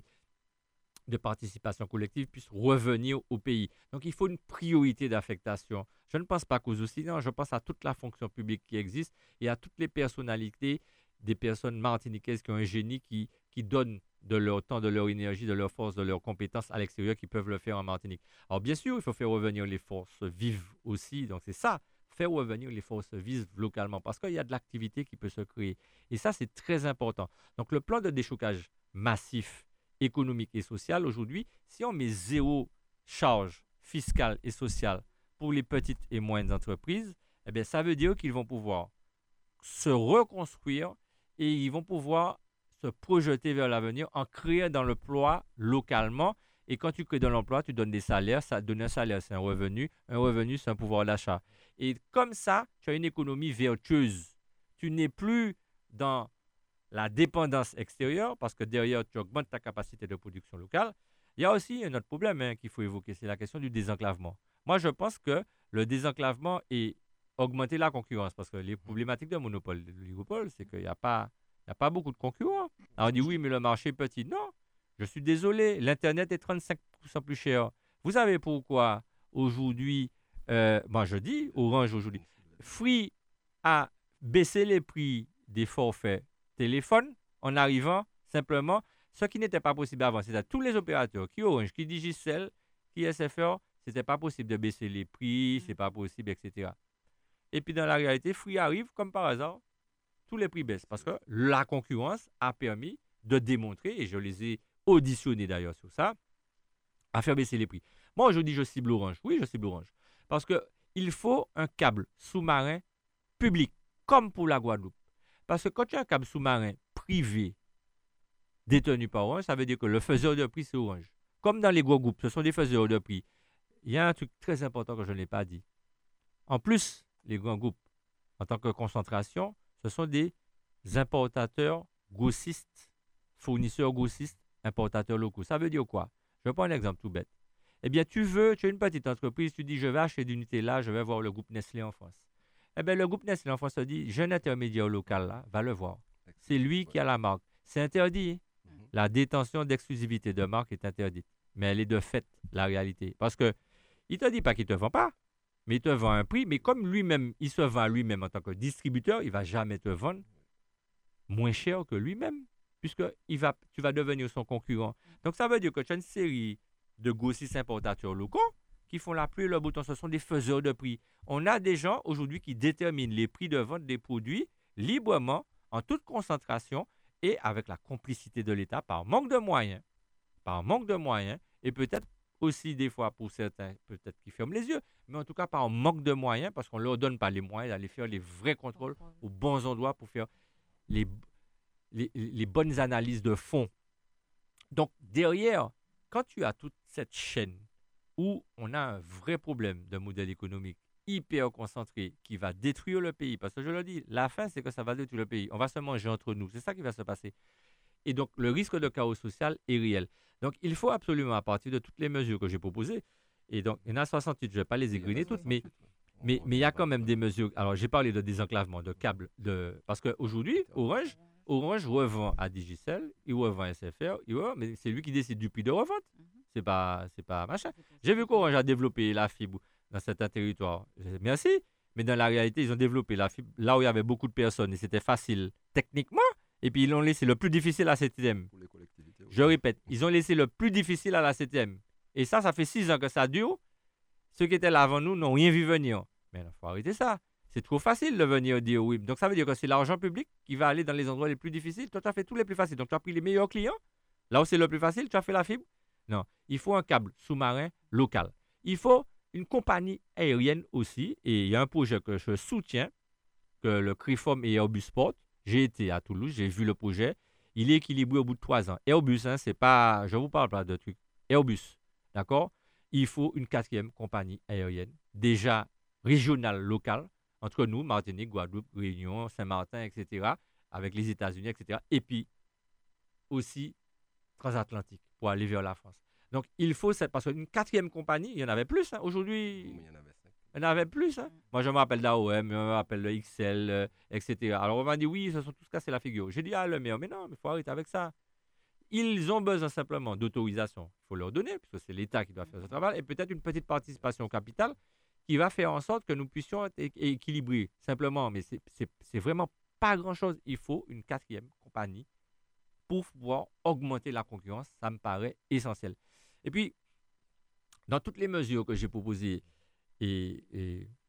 de participation collective puissent revenir au pays. Donc, il faut une priorité d'affectation. Je ne pense pas qu'aux Occidentaux, je pense à toute la fonction publique qui existe et à toutes les personnalités des personnes martiniquaises qui ont un génie qui donnent de leur temps, de leur énergie, de leur force, de leurs compétences à l'extérieur qui peuvent le faire en Martinique. Alors, bien sûr, il faut faire revenir les forces vives aussi. Donc, c'est ça, faire revenir les forces vives localement parce qu'il y a de l'activité qui peut se créer. Et ça, c'est très important. Donc, le plan de déchocage massif, économique et social, aujourd'hui, si on met zéro charge fiscale et sociale pour les petites et moyennes entreprises, eh bien, ça veut dire qu'ils vont pouvoir se reconstruire et ils vont pouvoir se projeter vers l'avenir en créant dans l'emploi localement. Et quand tu crées de l'emploi, tu donnes des salaires. Ça donne un salaire, c'est un revenu. Un revenu, c'est un pouvoir d'achat. Et comme ça, tu as une économie vertueuse. Tu n'es plus dans la dépendance extérieure parce que derrière, tu augmentes ta capacité de production locale. Il y a aussi un autre problème qu'il faut évoquer, c'est la question du désenclavement. Moi, je pense que le désenclavement est augmenter la concurrence parce que les problématiques de monopole, de l'oligopole, c'est qu'il n'y a pas beaucoup de concurrents. Alors on dit oui, mais le marché est petit. Non, je suis désolé, l'Internet est 35% plus cher. Vous savez pourquoi aujourd'hui, moi je dis, Orange aujourd'hui, Free a baissé les prix des forfaits téléphone en arrivant simplement, ce qui n'était pas possible avant. C'est-à-dire tous les opérateurs, qui Orange, qui Digicel, qui SFR, ce n'était pas possible de baisser les prix, c'est pas possible, etc. Et puis dans la réalité, Free arrive comme par hasard, tous les prix baissent parce que la concurrence a permis de démontrer, et je les ai auditionnés d'ailleurs sur ça, à faire baisser les prix. Moi aujourd'hui, je cible Orange. Oui, je cible Orange. Parce qu'il faut un câble sous-marin public, comme pour la Guadeloupe. Parce que quand tu as un câble sous-marin privé détenu par Orange, ça veut dire que le faiseur de prix, c'est Orange. Comme dans les gros groupes, ce sont des faiseurs de prix. Il y a un truc très important que je n'ai pas dit. En plus, les grands groupes, en tant que concentration, ce sont des importateurs grossistes, fournisseurs grossistes, importateurs locaux. Ça veut dire quoi? Je vais prendre un exemple tout bête. Eh bien, tu es une petite entreprise, tu dis, je vais acheter du Nutella, je vais voir le groupe Nestlé en France. Eh bien, le groupe Nestlé en France te dit, j'ai un intermédiaire local là, va le voir. C'est lui qui a la marque. C'est interdit. La détention d'exclusivité de marque est interdite. Mais elle est de fait la réalité. Parce qu'il ne te dit pas qu'il ne te vend pas, mais il te vend un prix. Mais comme lui-même, il se vend lui-même en tant que distributeur, il ne va jamais te vendre moins cher que lui-même, puisque tu vas devenir son concurrent. Donc, ça veut dire que tu as une série de grossistes importateurs locaux qui font la pluie et le beau temps. Ce sont des faiseurs de prix. On a des gens aujourd'hui qui déterminent les prix de vente des produits librement, en toute concentration et avec la complicité de l'État par manque de moyens. Et peut-être aussi des fois pour certains, peut-être qu'ils ferment les yeux, mais en tout cas par manque de moyens parce qu'on ne leur donne pas les moyens d'aller faire les vrais contrôles aux bons endroits pour faire les bonnes analyses de fond. Donc derrière, quand tu as toute cette chaîne où on a un vrai problème de modèle économique hyper concentré qui va détruire le pays, parce que je le dis, la fin c'est que ça va détruire le pays, on va se manger entre nous, c'est ça qui va se passer. Et donc le risque de chaos social est réel. Donc il faut absolument, à partir de toutes les mesures que j'ai proposées, et donc il y en a 68, je ne vais pas les égrener toutes, mais il y a quand même des mesures. Alors j'ai parlé de désenclavement, de câbles, parce qu'aujourd'hui, Orange revend à Digicel, il revend à SFR, mais c'est lui qui décide du prix de revente. C'est pas machin. J'ai vu qu'Orange a développé la fibre dans certains territoires. Merci. Mais dans la réalité, ils ont développé la fibre là où il y avait beaucoup de personnes et c'était facile techniquement. Et puis ils l'ont laissé le plus difficile à la CTM. Je répète, ils ont laissé le plus difficile à la CTM. Et ça fait 6 ans que ça dure. Ceux qui étaient là avant nous n'ont rien vu venir. Mais il faut arrêter ça. C'est trop facile de venir dire oui. Donc ça veut dire que c'est l'argent public qui va aller dans les endroits les plus difficiles. Toi, tu as fait tous les plus faciles. Donc tu as pris les meilleurs clients. Là où c'est le plus facile, tu as fait la fibre. Non, il faut un câble sous-marin local. Il faut une compagnie aérienne aussi. Et il y a un projet que je soutiens, que le CRIFOM et Airbus portent. J'ai été à Toulouse, j'ai vu le projet. Il est équilibré au bout de 3 ans. Airbus, c'est pas, je ne vous parle pas de trucs. Airbus, d'accord? Il faut une 4e compagnie aérienne, déjà régionale, locale, entre nous, Martinique, Guadeloupe, Réunion, Saint-Martin, etc., avec les États-Unis, etc., et puis aussi transatlantique pour aller vers la France. Donc, il faut, parce qu'une 4e compagnie, il y en avait plus. Aujourd'hui, il y en avait plus. Moi, je me rappelle d'AOM, je me rappelle le XL, etc. Alors, on m'a dit, oui, ils se sont tous cassés la figure. J'ai dit, le meilleur, mais non, il faut arrêter avec ça. Ils ont besoin simplement d'autorisation. Il faut leur donner, puisque c'est l'État qui doit faire ce travail, et peut-être une petite participation au capital qui va faire en sorte que nous puissions être équilibrés. Simplement, mais c'est vraiment pas grand-chose. Il faut une 4e compagnie pour pouvoir augmenter la concurrence. Ça me paraît essentiel. Et puis, dans toutes les mesures que j'ai proposées, et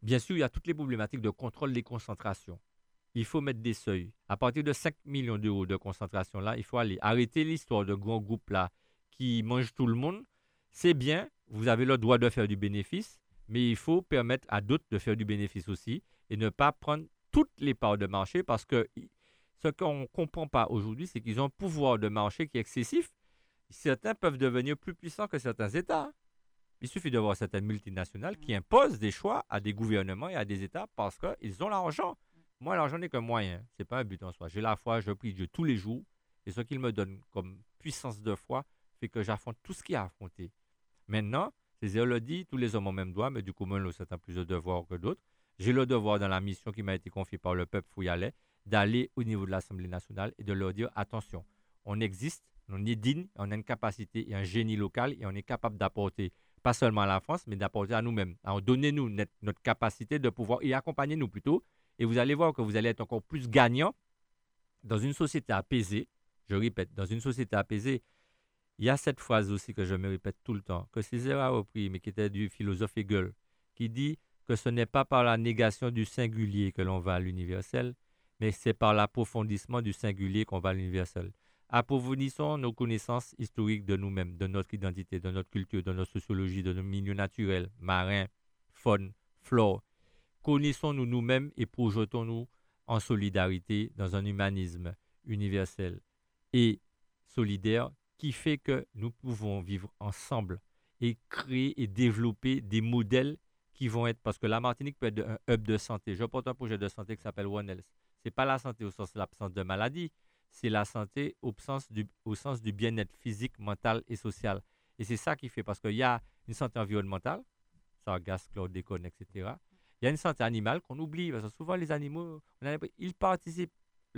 Bien sûr, il y a toutes les problématiques de contrôle des concentrations. Il faut mettre des seuils. À partir de 5 millions d'euros de concentration, là, il faut aller arrêter l'histoire de grands groupes là qui mangent tout le monde. C'est bien, vous avez le droit de faire du bénéfice, mais il faut permettre à d'autres de faire du bénéfice aussi et ne pas prendre toutes les parts de marché parce que ce qu'on ne comprend pas aujourd'hui, c'est qu'ils ont un pouvoir de marché qui est excessif. Certains peuvent devenir plus puissants que certains États. Il suffit de voir certaines multinationales qui imposent des choix à des gouvernements et à des États parce qu'ils ont l'argent. Moi, l'argent n'est qu'un moyen, ce n'est pas un but en soi. J'ai la foi, je prie Dieu tous les jours et ce qu'il me donne comme puissance de foi fait que j'affronte tout ce qu'il y a à affronter. Maintenant, Césaire le dit, tous les hommes ont le même droit, mais du coup, moi, certains plus de devoirs que d'autres. J'ai le devoir dans la mission qui m'a été confiée par le peuple fouillalais d'aller au niveau de l'Assemblée nationale et de leur dire attention, on existe, on est digne, on a une capacité et un génie local et on est capable d'apporter, pas seulement à la France, mais d'apporter à nous-mêmes. Alors, donnez-nous notre capacité de pouvoir et accompagnez-nous plutôt. Et vous allez voir que vous allez être encore plus gagnant dans une société apaisée. Je répète, dans une société apaisée, il y a cette phrase aussi que je me répète tout le temps, que Césaire a repris, mais qui était du philosophe Hegel, qui dit que ce n'est pas par la négation du singulier que l'on va à l'universel, mais c'est par l'approfondissement du singulier qu'on va à l'universel. Approfondissons nos connaissances historiques de nous-mêmes, de notre identité, de notre culture, de notre sociologie, de nos milieux naturels, marins, faune, flore. Connaissons-nous nous-mêmes et projetons-nous en solidarité dans un humanisme universel et solidaire qui fait que nous pouvons vivre ensemble et créer et développer des modèles qui vont être, parce que la Martinique peut être un hub de santé. Je porte un projet de santé qui s'appelle One Health. Ce n'est pas la santé au sens de l'absence de maladie, c'est la santé au sens du bien-être physique, mental et social. Et c'est ça qui fait, parce qu'il y a une santé environnementale, sargasses, chlordécone, etc. Il y a une santé animale qu'on oublie, parce que souvent les animaux, ils participent.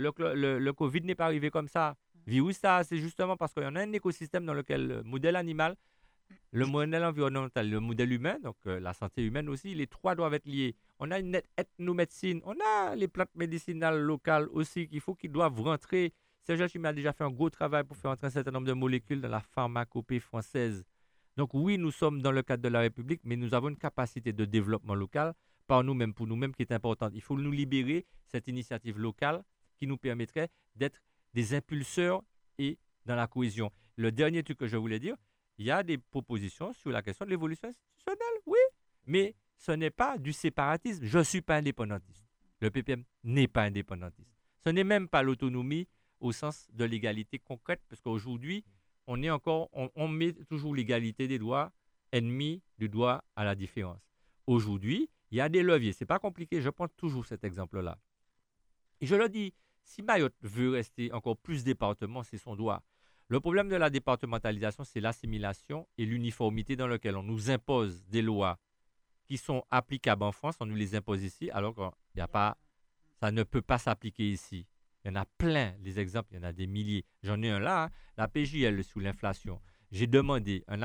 Le Covid n'est pas arrivé comme ça. Virus, ça, c'est justement parce qu'il y en a un écosystème dans lequel le modèle animal, le modèle environnemental, le modèle humain, donc la santé humaine aussi, les trois doivent être liés. On a une ethnomédecine, on a les plantes médicinales locales aussi qui doivent rentrer. Serge Chimie a déjà fait un gros travail pour faire entrer un certain nombre de molécules dans la pharmacopée française. Donc oui, nous sommes dans le cadre de la République, mais nous avons une capacité de développement local par nous-mêmes, pour nous-mêmes, qui est importante. Il faut nous libérer cette initiative locale qui nous permettrait d'être des impulseurs et dans la cohésion. Le dernier truc que je voulais dire, il y a des propositions sur la question de l'évolution institutionnelle, oui, mais ce n'est pas du séparatisme. Je ne suis pas indépendantiste. Le PPM n'est pas indépendantiste. Ce n'est même pas l'autonomie au sens de l'égalité concrète, parce qu'aujourd'hui, on met toujours l'égalité des droits ennemis du droit à la différence. Aujourd'hui, il y a des leviers. Ce n'est pas compliqué, je prends toujours cet exemple-là. Et je le dis, si Mayotte veut rester encore plus département, c'est son droit. Le problème de la départementalisation, c'est l'assimilation et l'uniformité dans laquelle on nous impose des lois qui sont applicables en France, on nous les impose ici, alors que ça ne peut pas s'appliquer ici. Il y en a plein, les exemples, il y en a des milliers. J'en ai un là, hein, la PJL sous l'inflation. J'ai demandé, on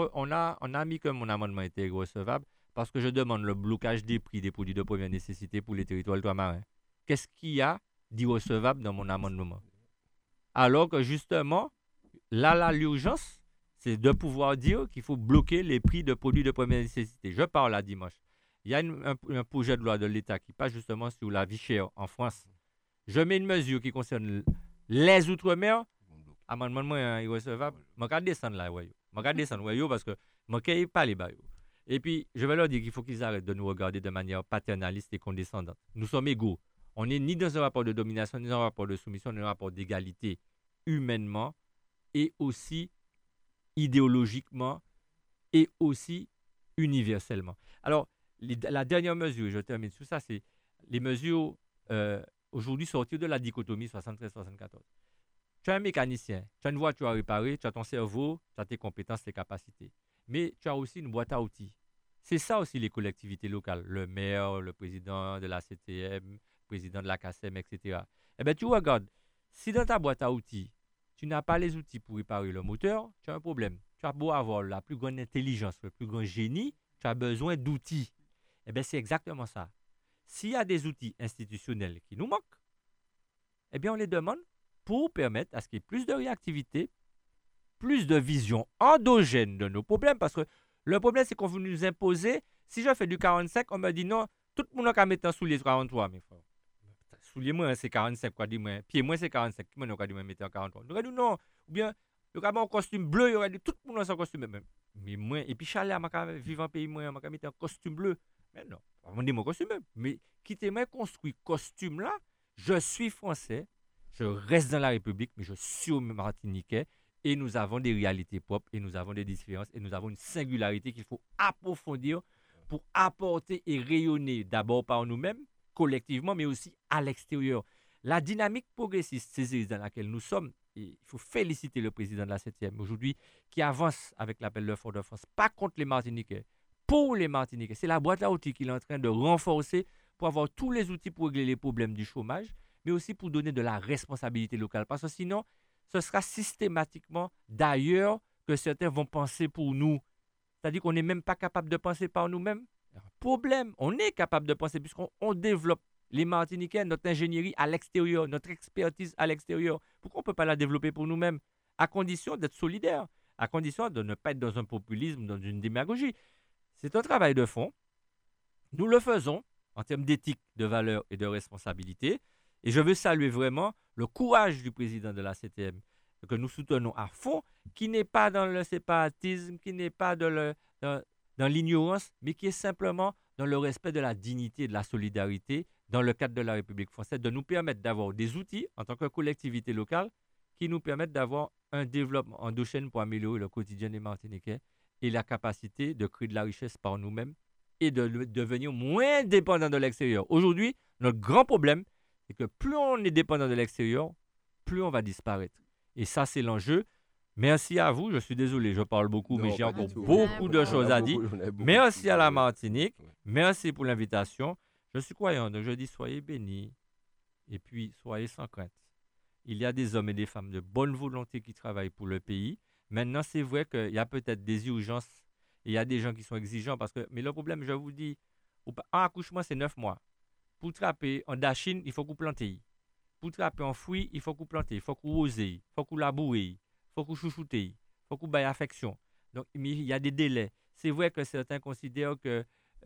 a mis que mon amendement était recevable parce que je demande le blocage des prix des produits de première nécessité pour les territoires ultramarins. Qu'est-ce qu'il y a d'irrecevable dans mon amendement? Alors que justement, là, l'urgence, c'est de pouvoir dire qu'il faut bloquer les prix de produits de première nécessité. Je parle là dimanche. Il y a un projet de loi de l'État qui passe justement sur la vie chère en France. Je mets une mesure qui concerne les Outre-mer. Amendement irrecevable. Je vais descendre là, parce que je ne paye pas les bails. Et puis, je vais leur dire qu'il faut qu'ils arrêtent de nous regarder de manière paternaliste et condescendante. Nous sommes égaux. On n'est ni dans un rapport de domination, ni dans un rapport de soumission, ni dans un rapport d'égalité humainement et aussi idéologiquement et aussi universellement. Alors, la dernière mesure, et je termine sur ça, c'est les mesures aujourd'hui sortir de la dichotomie 73-74. Tu es un mécanicien, tu as une voiture à réparer, tu as ton cerveau, tu as tes compétences, tes capacités. Mais tu as aussi une boîte à outils. C'est ça aussi les collectivités locales, le maire, le président de la CTM, le président de la CACEM, etc. Eh bien, tu regardes, si dans ta boîte à outils, tu n'as pas les outils pour réparer le moteur, tu as un problème. Tu as beau avoir la plus grande intelligence, le plus grand génie, tu as besoin d'outils. Eh bien, c'est exactement ça. S'il y a des outils institutionnels qui nous manquent, eh bien, on les demande pour permettre à ce qu'il y ait plus de réactivité, plus de vision endogène de nos problèmes. Parce que le problème, c'est qu'on veut nous imposer. Si je fais du 45, on me dit non, Tout le monde a mettre un soulier 43, mes frères. Soulier moi c'est 45 quoi dit moi. Pied moi c'est 45. Qui m'en a dit moi mettre en 43. Nous dit non ou bien le gars en costume bleu, il aurait dit tout le monde en costume même. Mais moi et puis Chalet m'a vivre en pays moi m'a mettre un costume bleu. Mais non, on dit mon costume même. Mais quittez-moi construit costume là, je suis français, je reste dans la République mais je suis au Martiniquais et nous avons des réalités propres et nous avons des différences et nous avons une singularité qu'il faut approfondir pour apporter et rayonner d'abord par nous-mêmes collectivement, mais aussi à l'extérieur. La dynamique progressiste saisisse dans laquelle nous sommes, et il faut féliciter le président de la 7e aujourd'hui, qui avance avec l'appel de Fort-de-France, pas contre les Martiniquais, pour les Martiniquais. C'est la boîte à outils qu'il est en train de renforcer pour avoir tous les outils pour régler les problèmes du chômage, mais aussi pour donner de la responsabilité locale. Parce que sinon, ce sera systématiquement d'ailleurs que certains vont penser pour nous. C'est-à-dire qu'on n'est même pas capable de penser par nous-mêmes. Problème, on est capable de penser puisqu'on développe les Martiniquais, notre ingénierie à l'extérieur, notre expertise à l'extérieur. Pourquoi on ne peut pas la développer pour nous-mêmes? À condition d'être solidaire, à condition de ne pas être dans un populisme, dans une démagogie. C'est un travail de fond. Nous le faisons en termes d'éthique, de valeur et de responsabilité. Et je veux saluer vraiment le courage du président de la CTM que nous soutenons à fond, qui n'est pas dans le séparatisme, qui n'est pas dans l'ignorance, mais qui est simplement dans le respect de la dignité et de la solidarité dans le cadre de la République française, de nous permettre d'avoir des outils en tant que collectivité locale qui nous permettent d'avoir un développement endogène pour améliorer le quotidien des Martiniquais et la capacité de créer de la richesse par nous-mêmes et de devenir moins dépendants de l'extérieur. Aujourd'hui, notre grand problème, c'est que plus on est dépendant de l'extérieur, plus on va disparaître. Et ça, c'est l'enjeu. Merci à vous. Je suis désolé, je parle beaucoup, mais j'ai encore beaucoup de choses à dire. Merci à la Martinique. Merci pour l'invitation. Je suis croyant, donc je dis soyez bénis et puis soyez sans crainte. Il y a des hommes et des femmes de bonne volonté qui travaillent pour le pays. Maintenant, c'est vrai qu'il y a peut-être des urgences et il y a des gens qui sont exigeants. Mais le problème, je vous dis, en accouchement, c'est 9 mois. Pour trapper en dachine, il faut qu'on plante. Pour trapper en fruits, il faut qu'on plante. Il faut qu'on rose, il faut qu'on laboure, il faut qu'on chouchoute, il faut qu'on baille affection. Donc, il y a des délais. C'est vrai que certains considèrent que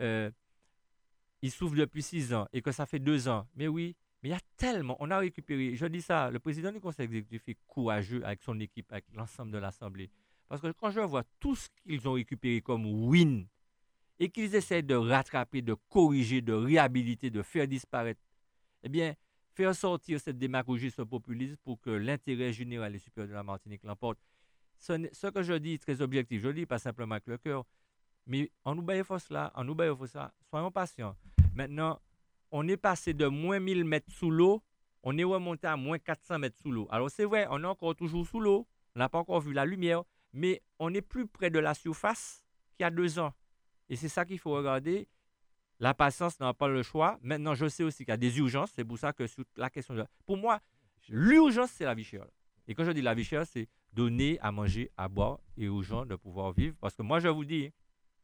ils souffrent depuis 6 ans et que ça fait 2 ans. Mais oui, mais il y a tellement, on a récupéré, je dis ça, le président du conseil exécutif est courageux avec son équipe, avec l'ensemble de l'Assemblée. Parce que quand je vois tout ce qu'ils ont récupéré comme win et qu'ils essaient de rattraper, de corriger, de réhabiliter, de faire disparaître, eh bien, faire sortir cette démagogie, ce populisme pour que l'intérêt général et supérieur de la Martinique l'emporte. Ce que je dis est très objectif, je le dis pas simplement avec le cœur, mais en nous baillant force là, soyons patients. Maintenant, on est passé de moins 1000 mètres sous l'eau, on est remonté à moins 400 mètres sous l'eau. Alors c'est vrai, on est encore toujours sous l'eau, on n'a pas encore vu la lumière, mais on est plus près de la surface qu'il y a 2 ans. Et c'est ça qu'il faut regarder. La patience n'a pas le choix. Maintenant, je sais aussi qu'il y a des urgences. C'est pour ça que sur la question pour moi, l'urgence, c'est la vie chère. Et quand je dis la vie chère, c'est donner à manger, à boire et aux gens de pouvoir vivre. Parce que moi, je vous dis,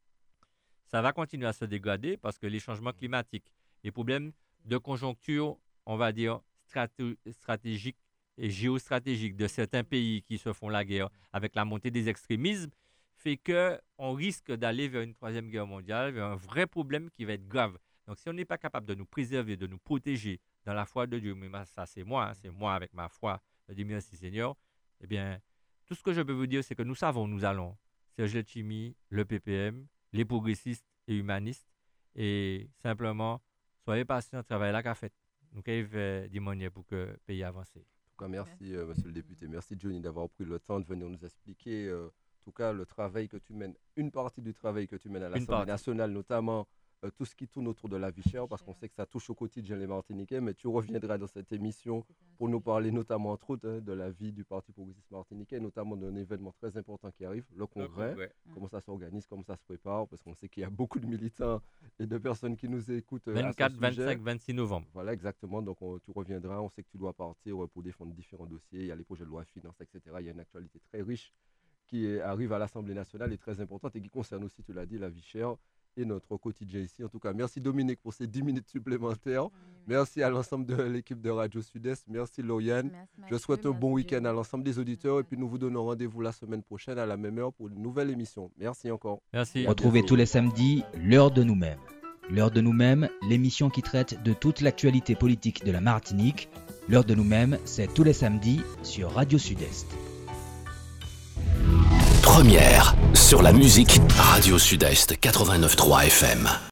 ça va continuer à se dégrader parce que les changements climatiques, les problèmes de conjoncture, on va dire, stratégiques et géostratégiques de certains pays qui se font la guerre avec la montée des extrémismes, fait qu'on risque d'aller vers une 3e guerre mondiale, vers un vrai problème qui va être grave. Donc, si on n'est pas capable de nous préserver, de nous protéger dans la foi de Dieu, mais ça c'est moi avec ma foi, je dis merci Seigneur, eh bien, tout ce que je peux vous dire, c'est que nous savons, nous allons, Serge Letchimy, le PPM, les progressistes et humanistes, et simplement, soyez patients, travaillez la cafette. Nous avons des manières pour que le pays avance. En tout cas, merci monsieur le député, merci Johnny d'avoir pris le temps de venir nous expliquer en tout cas le travail que tu mènes, une partie du travail que tu mènes à l'Assemblée nationale, notamment tout ce qui tourne autour de la vie chère, parce qu'on sait que ça touche au quotidien les Martiniquais, mais tu reviendras dans cette émission pour nous parler notamment entre autres de la vie du Parti progressiste martiniquais, notamment d'un événement très important qui arrive, le congrès. Comment ça s'organise, comment ça se prépare, parce qu'on sait qu'il y a beaucoup de militants et de personnes qui nous écoutent 24, 25, 26 novembre. Voilà, exactement, donc tu reviendras, on sait que tu dois partir pour défendre différents dossiers, il y a les projets de loi de finances, etc. Il y a une actualité très riche qui arrive à l'Assemblée nationale et très importante et qui concerne aussi, tu l'as dit, la vie chère et notre quotidien ici. En tout cas, merci Dominique pour ces 10 minutes supplémentaires. Merci à l'ensemble de l'équipe de Radio Sud-Est. Merci Lauriane. Je souhaite un bon week-end à l'ensemble des auditeurs et puis nous vous donnons rendez-vous la semaine prochaine à la même heure pour une nouvelle émission. Merci encore. Merci. Retrouvez tous les samedis l'heure de nous-mêmes. L'heure de nous-mêmes, l'émission qui traite de toute l'actualité politique de la Martinique. L'heure de nous-mêmes, c'est tous les samedis sur Radio Sud-Est. Première sur la musique Radio Sud-Est 89.3 FM.